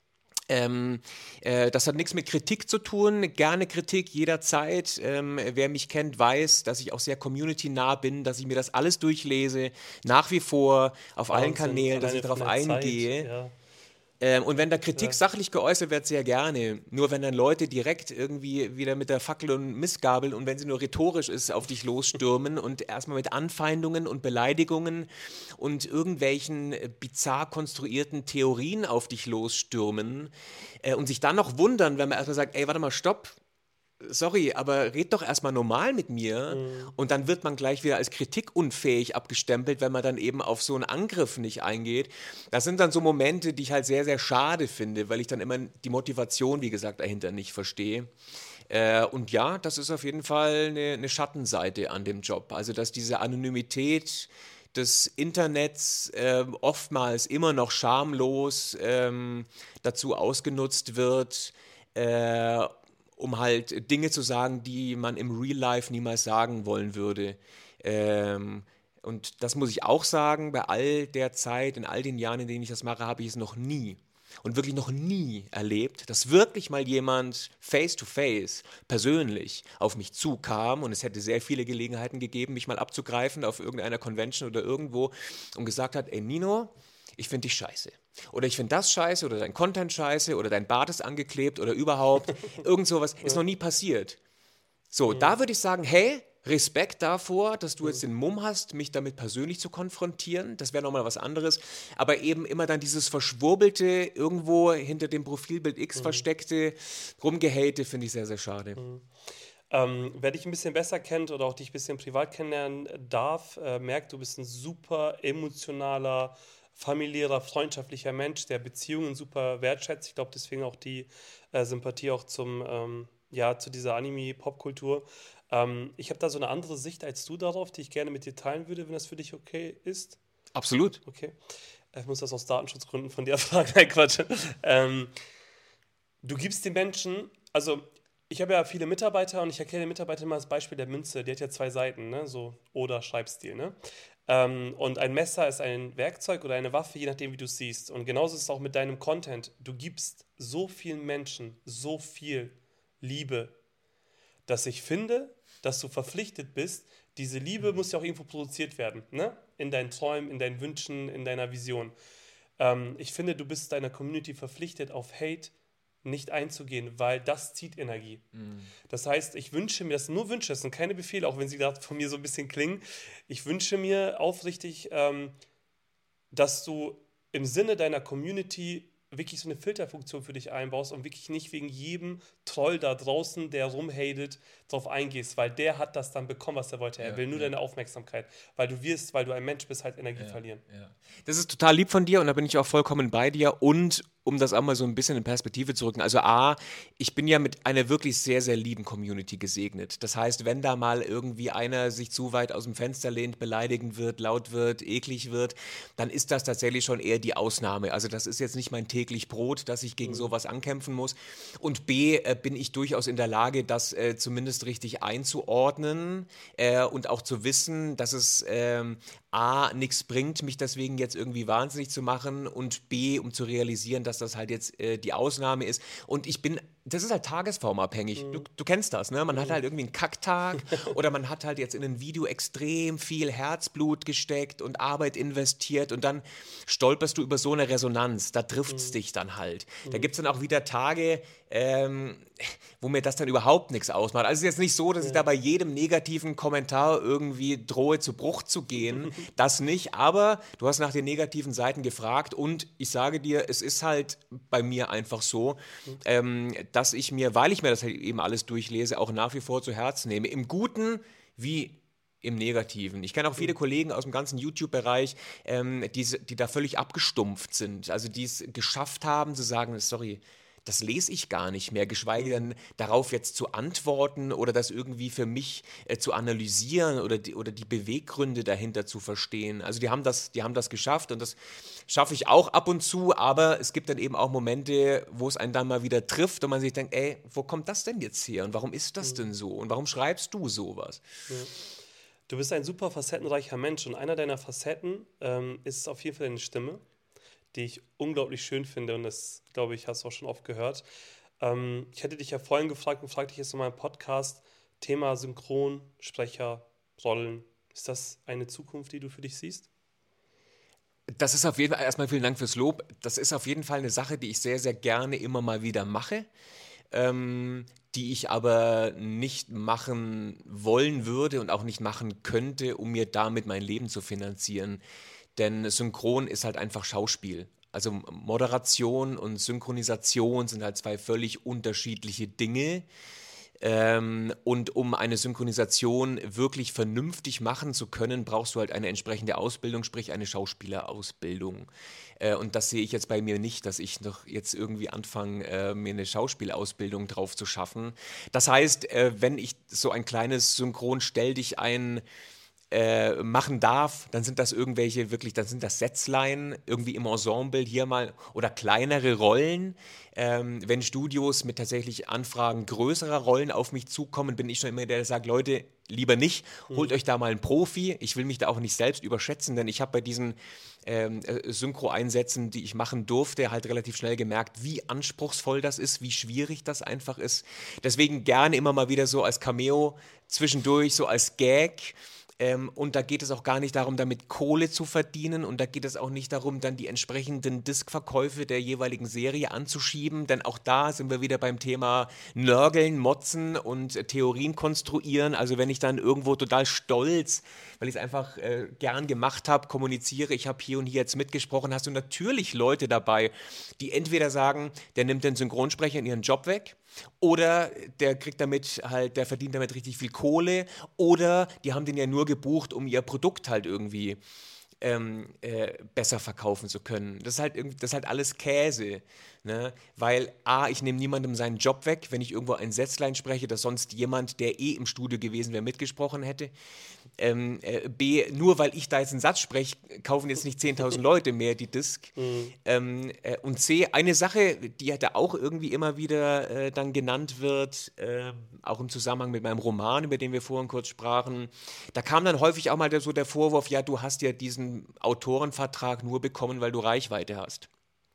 Das hat nichts mit Kritik zu tun, gerne Kritik jederzeit. Wer mich kennt, weiß, dass ich auch sehr community-nah bin, dass ich mir das alles durchlese, nach wie vor auf allen Kanälen, dass ich darauf eingehe. Ja. Und wenn da Kritik sachlich geäußert wird, sehr gerne. Nur wenn dann Leute direkt irgendwie wieder mit der Fackel und Missgabel und wenn sie nur rhetorisch ist, auf dich losstürmen und erstmal mit Anfeindungen und Beleidigungen und irgendwelchen bizarr konstruierten Theorien auf dich losstürmen und sich dann noch wundern, wenn man erstmal sagt, ey, warte mal, stopp. Sorry, aber red doch erstmal normal mit mir und dann wird man gleich wieder als kritikunfähig abgestempelt, wenn man dann eben auf so einen Angriff nicht eingeht. Das sind dann so Momente, die ich halt sehr, sehr schade finde, weil ich dann immer die Motivation, wie gesagt, dahinter nicht verstehe. Und ja, das ist auf jeden Fall eine Schattenseite an dem Job. Also, dass diese Anonymität des Internets oftmals immer noch schamlos dazu ausgenutzt wird, um halt Dinge zu sagen, die man im Real Life niemals sagen wollen würde. Und das muss ich auch sagen, bei all der Zeit, in all den Jahren, in denen ich das mache, habe ich es noch nie und wirklich noch nie erlebt, dass wirklich mal jemand face to face, persönlich auf mich zukam und es hätte sehr viele Gelegenheiten gegeben, mich mal abzugreifen auf irgendeiner Convention oder irgendwo und gesagt hat, ey Nino, ich finde dich scheiße. Oder ich finde das scheiße oder dein Content scheiße oder dein Bart ist angeklebt oder überhaupt. Irgend sowas ist noch nie passiert. So, da würde ich sagen, hey, Respekt davor, dass du jetzt den Mumm hast, mich damit persönlich zu konfrontieren. Das wäre nochmal was anderes. Aber eben immer dann dieses verschwurbelte, irgendwo hinter dem Profilbild X versteckte, rumgehate, finde ich sehr, sehr schade. Wer dich ein bisschen besser kennt oder auch dich ein bisschen privat kennenlernen darf, merkt, du bist ein super emotionaler, familiärer, freundschaftlicher Mensch, der Beziehungen super wertschätzt. Ich glaube, deswegen auch die Sympathie auch zu dieser Anime-Popkultur. Ich habe da so eine andere Sicht als du darauf, die ich gerne mit dir teilen würde, wenn das für dich okay ist. Absolut. Okay. Ich muss das aus Datenschutzgründen von dir fragen. Nein, Quatsch. Du gibst den Menschen, also ich habe ja viele Mitarbeiter und ich erkläre den Mitarbeitern immer das Beispiel der Münze. Die hat ja 2 Seiten, ne? So oder Schreibstil. Ne? Und ein Messer ist ein Werkzeug oder eine Waffe, je nachdem, wie du es siehst. Und genauso ist es auch mit deinem Content. Du gibst so vielen Menschen so viel Liebe, dass ich finde, dass du verpflichtet bist, diese Liebe muss ja auch irgendwo produziert werden, ne? In deinen Träumen, in deinen Wünschen, in deiner Vision. Ich finde, du bist deiner Community verpflichtet, auf Hate nicht einzugehen, weil das zieht Energie. Das heißt, ich wünsche mir, das sind nur Wünsche, das sind keine Befehle, auch wenn sie gerade von mir so ein bisschen klingen. Ich wünsche mir aufrichtig, dass du im Sinne deiner Community wirklich so eine Filterfunktion für dich einbaust und wirklich nicht wegen jedem Troll da draußen, der rumhatet, drauf eingehst, weil der hat das dann bekommen, was er wollte. Er will nur deine Aufmerksamkeit, weil du ein Mensch bist, halt Energie verlieren. Ja. Das ist total lieb von dir und da bin ich auch vollkommen bei dir und um das auch mal so ein bisschen in Perspektive zu rücken, also ich bin ja mit einer wirklich sehr, sehr lieben Community gesegnet. Das heißt, wenn da mal irgendwie einer sich zu weit aus dem Fenster lehnt, beleidigend wird, laut wird, eklig wird, dann ist das tatsächlich schon eher die Ausnahme. Also das ist jetzt nicht mein täglich Brot, dass ich gegen sowas ankämpfen muss. Und B, bin ich durchaus in der Lage, das zumindest richtig einzuordnen und auch zu wissen, dass es A, nichts bringt, mich deswegen jetzt irgendwie wahnsinnig zu machen und B, um zu realisieren, dass das halt jetzt die Ausnahme ist. Und das ist halt tagesformabhängig. Du kennst das, ne? Man hat halt irgendwie einen Kacktag oder man hat halt jetzt in ein Video extrem viel Herzblut gesteckt und Arbeit investiert und dann stolperst du über so eine Resonanz. Da trifft es dich dann halt. Da gibt es dann auch wieder Tage, wo mir das dann überhaupt nichts ausmacht. Also es ist jetzt nicht so, dass ich da bei jedem negativen Kommentar irgendwie drohe, zu Bruch zu gehen. Das nicht, aber du hast nach den negativen Seiten gefragt und ich sage dir, es ist halt bei mir einfach so, dass ich mir, weil ich mir das halt eben alles durchlese, auch nach wie vor zu Herzen nehme. Im Guten wie im Negativen. Ich kenne auch viele Kollegen aus dem ganzen YouTube-Bereich, die da völlig abgestumpft sind. Also die es geschafft haben zu sagen, sorry, das lese ich gar nicht mehr, geschweige denn darauf jetzt zu antworten oder das irgendwie für mich zu analysieren oder die Beweggründe dahinter zu verstehen. Also die haben das geschafft und das schaffe ich auch ab und zu, aber es gibt dann eben auch Momente, wo es einen dann mal wieder trifft und man sich denkt, ey, wo kommt das denn jetzt her und warum ist das denn so und warum schreibst du sowas? Ja. Du bist ein super facettenreicher Mensch und einer deiner Facetten ist auf jeden Fall deine Stimme, die ich unglaublich schön finde und das, glaube ich, hast du auch schon oft gehört. Ich hätte dich ja vorhin gefragt und frage dich jetzt nochmal im Podcast, Thema Synchronsprecher, Rollen. Ist das eine Zukunft, die du für dich siehst? Das ist auf jeden Fall, erstmal vielen Dank fürs Lob, das ist auf jeden Fall eine Sache, die ich sehr, sehr gerne immer mal wieder mache, die ich aber nicht machen wollen würde und auch nicht machen könnte, um mir damit mein Leben zu finanzieren. Denn Synchron ist halt einfach Schauspiel. Also Moderation und Synchronisation sind halt 2 völlig unterschiedliche Dinge. Und um eine Synchronisation wirklich vernünftig machen zu können, brauchst du halt eine entsprechende Ausbildung, sprich eine Schauspielerausbildung. Und das sehe ich jetzt bei mir nicht, dass ich noch jetzt irgendwie anfange, mir eine Schauspielausbildung drauf zu schaffen. Das heißt, wenn ich so ein kleines Synchron stell dich ein machen darf, dann sind das irgendwelche dann sind das Sätzlein irgendwie im Ensemble hier mal oder kleinere Rollen. Wenn Studios mit tatsächlich Anfragen größerer Rollen auf mich zukommen, bin ich schon immer der, der sagt, Leute, lieber nicht, holt euch da mal einen Profi. Ich will mich da auch nicht selbst überschätzen, denn ich habe bei diesen Synchro-Einsätzen, die ich machen durfte, halt relativ schnell gemerkt, wie anspruchsvoll das ist, wie schwierig das einfach ist. Deswegen gerne immer mal wieder so als Cameo zwischendurch, so als Gag. Und da geht es auch gar nicht darum, damit Kohle zu verdienen, und da geht es auch nicht darum, dann die entsprechenden Diskverkäufe der jeweiligen Serie anzuschieben, denn auch da sind wir wieder beim Thema Nörgeln, Motzen und Theorien konstruieren. Also wenn ich dann irgendwo total stolz, weil ich es einfach gern gemacht habe, kommuniziere, ich habe hier und hier jetzt mitgesprochen, hast du natürlich Leute dabei, die entweder sagen, der nimmt den Synchronsprecher in ihren Job weg, oder der der verdient damit richtig viel Kohle, oder die haben den ja nur gebucht, um ihr Produkt halt irgendwie besser verkaufen zu können. Das ist halt alles Käse, ne? Weil A, ich nehme niemandem seinen Job weg, wenn ich irgendwo ein Sätzlein spreche, dass sonst jemand, der im Studio gewesen wäre, mitgesprochen hätte. B, nur weil ich da jetzt einen Satz spreche, kaufen jetzt nicht 10.000 Leute mehr die Disc. Und C, eine Sache, die da auch irgendwie immer wieder dann genannt wird, auch im Zusammenhang mit meinem Roman, über den wir vorhin kurz sprachen, da kam dann häufig auch mal so der Vorwurf, ja, du hast ja diesen Autorenvertrag nur bekommen, weil du Reichweite hast.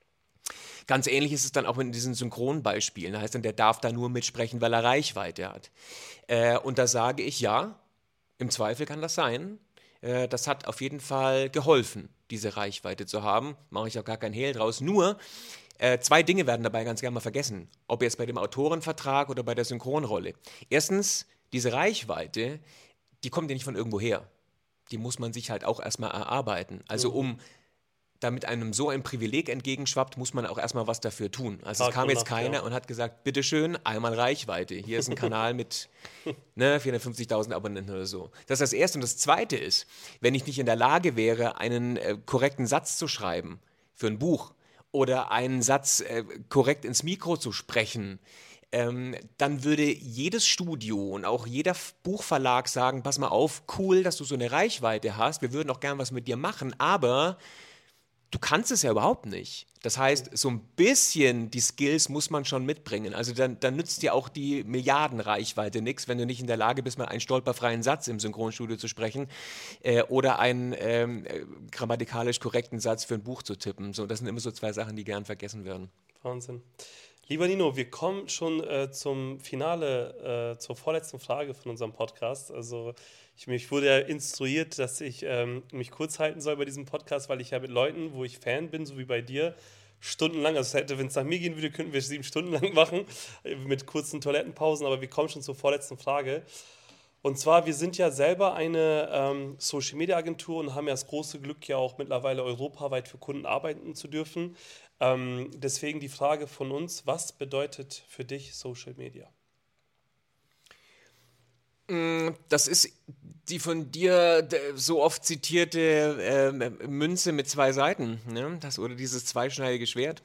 Ganz ähnlich ist es dann auch mit diesen Synchronbeispielen. Da heißt dann, der darf da nur mitsprechen, weil er Reichweite hat. Und da sage ich, ja, im Zweifel kann das sein. Das hat auf jeden Fall geholfen, diese Reichweite zu haben. Mache ich auch gar kein Hehl draus. Nur, zwei Dinge werden dabei ganz gerne mal vergessen. Ob jetzt bei dem Autorenvertrag oder bei der Synchronrolle. Erstens, diese Reichweite, die kommt ja nicht von irgendwo her. Die muss man sich halt auch erstmal erarbeiten. Also damit einem so ein Privileg entgegenschwappt, muss man auch erstmal was dafür tun. Also es kam jetzt keiner und hat gesagt, bitteschön, einmal Reichweite. Hier ist ein Kanal mit 450.000 Abonnenten oder so. Das ist das Erste. Und das Zweite ist, wenn ich nicht in der Lage wäre, einen korrekten Satz zu schreiben für ein Buch oder einen Satz korrekt ins Mikro zu sprechen, dann würde jedes Studio und auch jeder Buchverlag sagen, pass mal auf, cool, dass du so eine Reichweite hast, wir würden auch gern was mit dir machen, aber du kannst es ja überhaupt nicht. Das heißt, so ein bisschen die Skills muss man schon mitbringen. Also dann nützt dir auch die Milliardenreichweite nichts, wenn du nicht in der Lage bist, mal einen stolperfreien Satz im Synchronstudio zu sprechen oder einen grammatikalisch korrekten Satz für ein Buch zu tippen. So, das sind immer so zwei Sachen, die gern vergessen werden. Wahnsinn. Lieber Nino, wir kommen schon zum Finale, zur vorletzten Frage von unserem Podcast. Also mich wurde ja instruiert, dass ich mich kurz halten soll bei diesem Podcast, weil ich ja mit Leuten, wo ich Fan bin, so wie bei dir, stundenlang, also wenn es nach mir gehen würde, könnten wir 7 Stunden lang machen, mit kurzen Toilettenpausen, aber wir kommen schon zur vorletzten Frage. Und zwar, wir sind ja selber eine Social-Media-Agentur und haben ja das große Glück, ja auch mittlerweile europaweit für Kunden arbeiten zu dürfen. Deswegen die Frage von uns, was bedeutet für dich Social Media? Das ist die von dir so oft zitierte Münze mit 2 Seiten, ne? Oder dieses zweischneidige Schwert.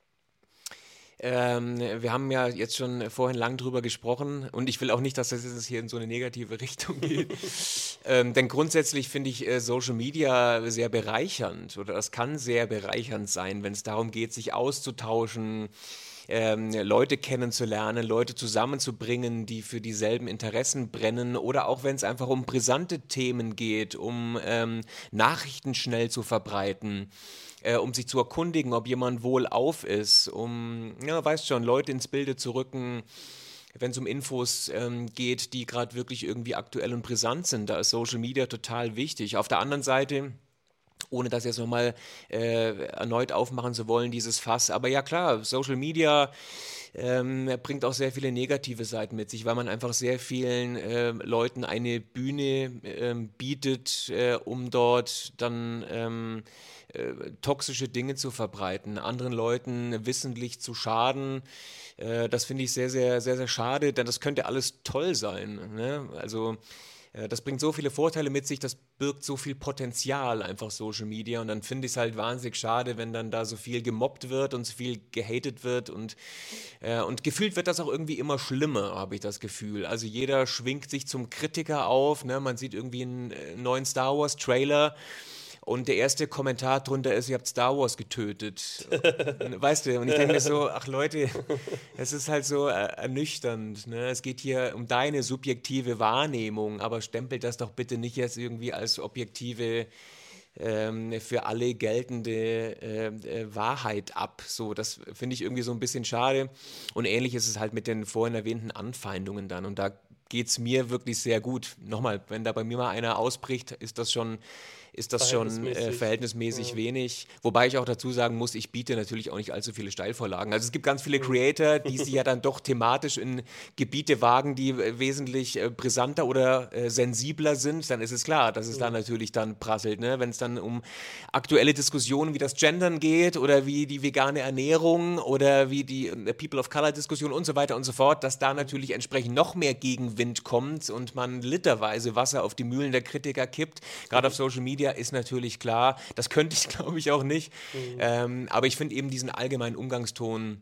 Wir haben ja jetzt schon vorhin lang drüber gesprochen und ich will auch nicht, dass das jetzt hier in so eine negative Richtung geht. Denn grundsätzlich finde ich Social Media sehr bereichernd oder das kann sehr bereichernd sein, wenn es darum geht, sich auszutauschen, Leute kennenzulernen, Leute zusammenzubringen, die für dieselben Interessen brennen oder auch wenn es einfach um brisante Themen geht, um Nachrichten schnell zu verbreiten. Um sich zu erkundigen, ob jemand wohlauf ist, um, ja, weißt schon, Leute ins Bilde zu rücken, wenn es um Infos geht, die gerade wirklich irgendwie aktuell und brisant sind. Da ist Social Media total wichtig. Auf der anderen Seite, ohne das jetzt nochmal erneut aufmachen zu wollen, dieses Fass, aber ja klar, Social Media bringt auch sehr viele negative Seiten mit sich, weil man einfach sehr vielen Leuten eine Bühne bietet, um dort dann toxische Dinge zu verbreiten, anderen Leuten wissentlich zu schaden. Das finde ich sehr, sehr, sehr, sehr schade, denn das könnte alles toll sein, ne? Also Das bringt so viele Vorteile mit sich, das birgt so viel Potenzial, einfach Social Media. Und dann finde ich es halt wahnsinnig schade, wenn dann da so viel gemobbt wird und so viel gehatet wird. Und gefühlt wird das auch irgendwie immer schlimmer, habe ich das Gefühl. Also jeder schwingt sich zum Kritiker auf. Ne? Man sieht irgendwie einen neuen Star Wars Trailer. Und der erste Kommentar drunter ist, ihr habt Star Wars getötet. Weißt du, und ich denke mir so, ach Leute, es ist halt so ernüchternd. Ne? Es geht hier um deine subjektive Wahrnehmung, aber stempelt das doch bitte nicht jetzt irgendwie als objektive, für alle geltende Wahrheit ab. So, das finde ich irgendwie so ein bisschen schade. Und ähnlich ist es halt mit den vorhin erwähnten Anfeindungen dann. Und da geht es mir wirklich sehr gut. Nochmal, wenn da bei mir mal einer ausbricht, ist das schon verhältnismäßig wenig. Wobei ich auch dazu sagen muss, ich biete natürlich auch nicht allzu viele Steilvorlagen. Also es gibt ganz viele Creator, die sich ja dann doch thematisch in Gebiete wagen, die wesentlich brisanter oder sensibler sind. Dann ist es klar, dass es da natürlich dann prasselt. Ne? Wenn es dann um aktuelle Diskussionen wie das Gendern geht oder wie die vegane Ernährung oder wie die People of Color Diskussion und so weiter und so fort, dass da natürlich entsprechend noch mehr Gegenwind kommt und man literweise Wasser auf die Mühlen der Kritiker kippt. Gerade auf Social Media ist natürlich klar, das könnte ich glaube ich auch nicht, aber ich finde eben diesen allgemeinen Umgangston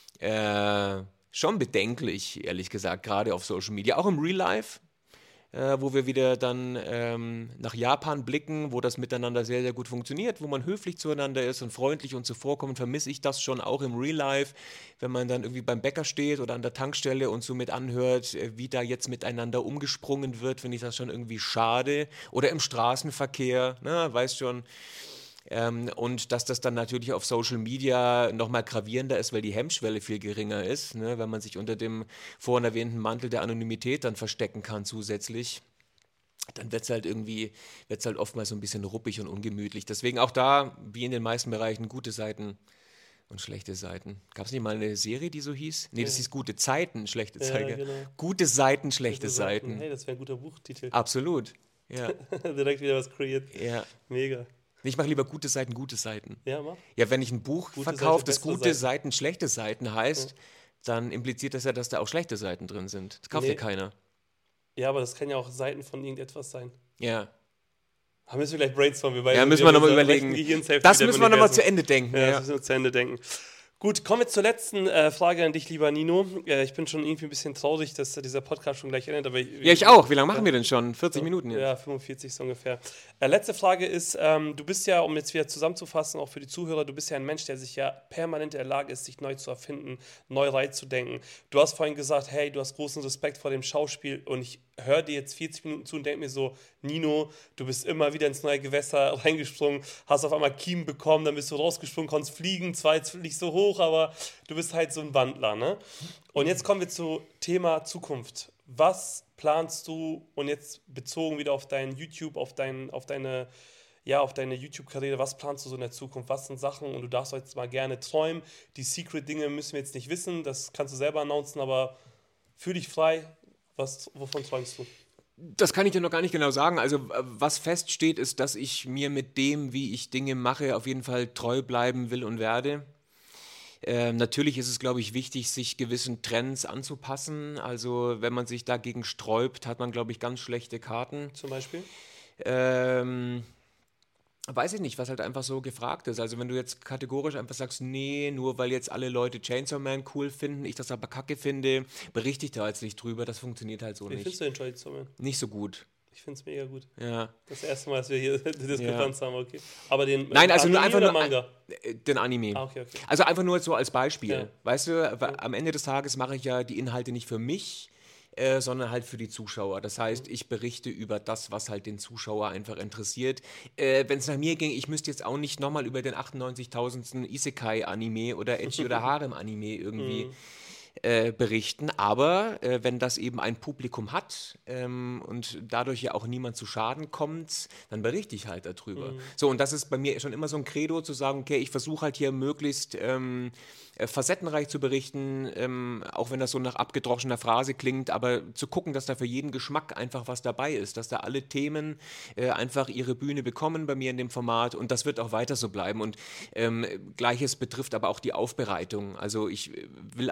schon bedenklich, ehrlich gesagt, gerade auf Social Media, auch im Real Life, wo wir wieder dann nach Japan blicken, wo das miteinander sehr, sehr gut funktioniert, wo man höflich zueinander ist und freundlich und zuvorkommend, vermisse ich das schon auch im Real Life, wenn man dann irgendwie beim Bäcker steht oder an der Tankstelle und so mit anhört, wie da jetzt miteinander umgesprungen wird, finde ich das schon irgendwie schade. Oder im Straßenverkehr, ne, weißt schon. Und dass das dann natürlich auf Social Media nochmal gravierender ist, weil die Hemmschwelle viel geringer ist, ne? Wenn man sich unter dem vorhin erwähnten Mantel der Anonymität dann verstecken kann zusätzlich, dann wird es halt oftmals so ein bisschen ruppig und ungemütlich. Deswegen auch da, wie in den meisten Bereichen, gute Seiten und schlechte Seiten. Gab es nicht mal eine Serie, die so hieß? Nee, das hieß Gute Zeiten, schlechte Zeiten. Ja, genau. Gute Seiten, schlechte Seiten. Hey, das wäre ein guter Buchtitel. Absolut, ja. Direkt wieder was kreiert. Ja. Mega. Ich mache lieber gute Seiten, gute Seiten. Ja, mach. Ja, wenn ich ein Buch verkaufe, das gute Seiten, schlechte Seiten heißt, dann impliziert das ja, dass da auch schlechte Seiten drin sind. Das kauft ja keiner. Ja, aber das kann ja auch Seiten von irgendetwas sein. Ja. Da müssen wir gleich brainstormen. Ja, müssen wir nochmal überlegen. Das müssen wir nochmal zu Ende denken. Ja, das müssen wir zu Ende denken. Gut, kommen wir zur letzten Frage an dich, lieber Nino. Ich bin schon irgendwie ein bisschen traurig, dass dieser Podcast schon gleich endet. Aber ich auch. Wie lange machen wir denn schon? 40 Minuten jetzt? Ja, 45 so ungefähr. Letzte Frage ist, du bist ja, um jetzt wieder zusammenzufassen, auch für die Zuhörer, du bist ja ein Mensch, der sich ja permanent in der Lage ist, sich neu zu erfinden, neu reinzudenken. Du hast vorhin gesagt, hey, du hast großen Respekt vor dem Schauspiel und ich höre dir jetzt 40 Minuten zu und denke mir so, Nino, du bist immer wieder ins neue Gewässer reingesprungen, hast auf einmal Kiemen bekommen, dann bist du rausgesprungen, konntest fliegen, zwar jetzt nicht so hoch, aber du bist halt so ein Wandler, ne? Und jetzt kommen wir zu Thema Zukunft. Was planst du, und jetzt bezogen wieder auf dein YouTube, auf deine YouTube-Karriere, was planst du so in der Zukunft? Was sind Sachen, und du darfst jetzt mal gerne träumen, die Secret-Dinge müssen wir jetzt nicht wissen, das kannst du selber announcen, aber fühl dich frei, wovon träumst du? Das kann ich dir noch gar nicht genau sagen. Also was feststeht, ist, dass ich mir mit dem, wie ich Dinge mache, auf jeden Fall treu bleiben will und werde. Natürlich ist es, glaube ich, wichtig, sich gewissen Trends anzupassen. Also wenn man sich dagegen sträubt, hat man, glaube ich, ganz schlechte Karten. Zum Beispiel? Weiß ich nicht, was halt einfach so gefragt ist. Also wenn du jetzt kategorisch einfach sagst, nee, nur weil jetzt alle Leute Chainsaw Man cool finden, ich das aber kacke finde, berichte ich da jetzt nicht drüber, das funktioniert halt so nicht. Wie findest du den Chainsaw Man? Nicht so gut. Ich finde es mega gut. Ja. Das erste Mal, dass wir hier die Diskrepanz haben, okay. Aber den Nein, also Anime nur einfach oder nur Manga? Den Anime. Okay. Also einfach nur so als Beispiel. Ja. Weißt du, am Ende des Tages mache ich ja die Inhalte nicht für mich, sondern halt für die Zuschauer. Das heißt, ich berichte über das, was halt den Zuschauer einfach interessiert. Wenn es nach mir ging, ich müsste jetzt auch nicht nochmal über den 98.000. Isekai-Anime oder Ecchi- oder Harem-Anime irgendwie berichten, aber wenn das eben ein Publikum hat und dadurch ja auch niemand zu Schaden kommt, dann berichte ich halt darüber. So, und das ist bei mir schon immer so ein Credo, zu sagen, okay, ich versuche halt hier möglichst facettenreich zu berichten, auch wenn das so nach abgedroschener Phrase klingt, aber zu gucken, dass da für jeden Geschmack einfach was dabei ist, dass da alle Themen einfach ihre Bühne bekommen bei mir in dem Format, und das wird auch weiter so bleiben. Und Gleiches betrifft aber auch die Aufbereitung. Also ich will auch nach wie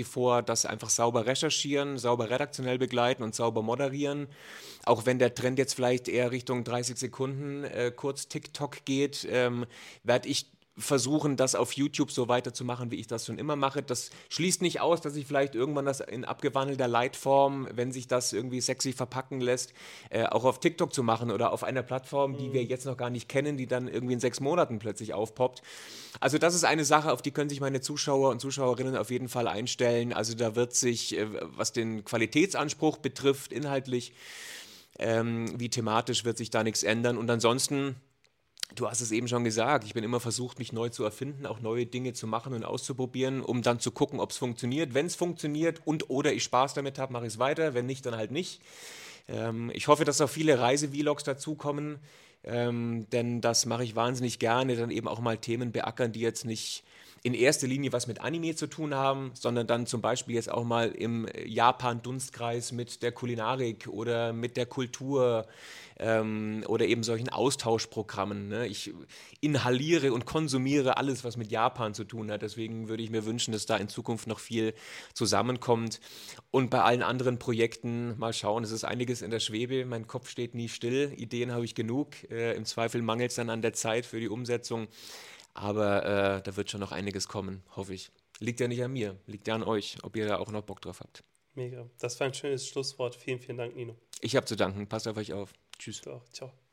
wie vor das einfach sauber recherchieren, sauber redaktionell begleiten und sauber moderieren. Auch wenn der Trend jetzt vielleicht eher Richtung 30 Sekunden kurz TikTok geht, werde ich versuchen, das auf YouTube so weiterzumachen, wie ich das schon immer mache. Das schließt nicht aus, dass ich vielleicht irgendwann das in abgewandelter Leitform, wenn sich das irgendwie sexy verpacken lässt, auch auf TikTok zu machen oder auf einer Plattform, die wir jetzt noch gar nicht kennen, die dann irgendwie in 6 Monaten plötzlich aufpoppt. Also das ist eine Sache, auf die können sich meine Zuschauer und Zuschauerinnen auf jeden Fall einstellen. Also da wird sich, was den Qualitätsanspruch betrifft, inhaltlich wie thematisch, wird sich da nichts ändern. Und ansonsten, du hast es eben schon gesagt, ich bin immer versucht, mich neu zu erfinden, auch neue Dinge zu machen und auszuprobieren, um dann zu gucken, ob es funktioniert. Wenn es funktioniert oder ich Spaß damit habe, mache ich es weiter. Wenn nicht, dann halt nicht. Ich hoffe, dass auch viele Reise-Vlogs dazukommen, denn das mache ich wahnsinnig gerne, dann eben auch mal Themen beackern, die jetzt nicht in erster Linie was mit Anime zu tun haben, sondern dann zum Beispiel jetzt auch mal im Japan-Dunstkreis mit der Kulinarik oder mit der Kultur oder eben solchen Austauschprogrammen. Ne? Ich inhaliere und konsumiere alles, was mit Japan zu tun hat. Deswegen würde ich mir wünschen, dass da in Zukunft noch viel zusammenkommt. Und bei allen anderen Projekten mal schauen, es ist einiges in der Schwebe. Mein Kopf steht nie still. Ideen habe ich genug. Im Zweifel mangelt es dann an der Zeit für die Umsetzung. Aber da wird schon noch einiges kommen, hoffe ich. Liegt ja nicht an mir, liegt ja an euch, ob ihr da auch noch Bock drauf habt. Mega. Das war ein schönes Schlusswort. Vielen, vielen Dank, Nino. Ich habe zu danken. Passt auf euch auf. Tschüss. Du auch. Ciao.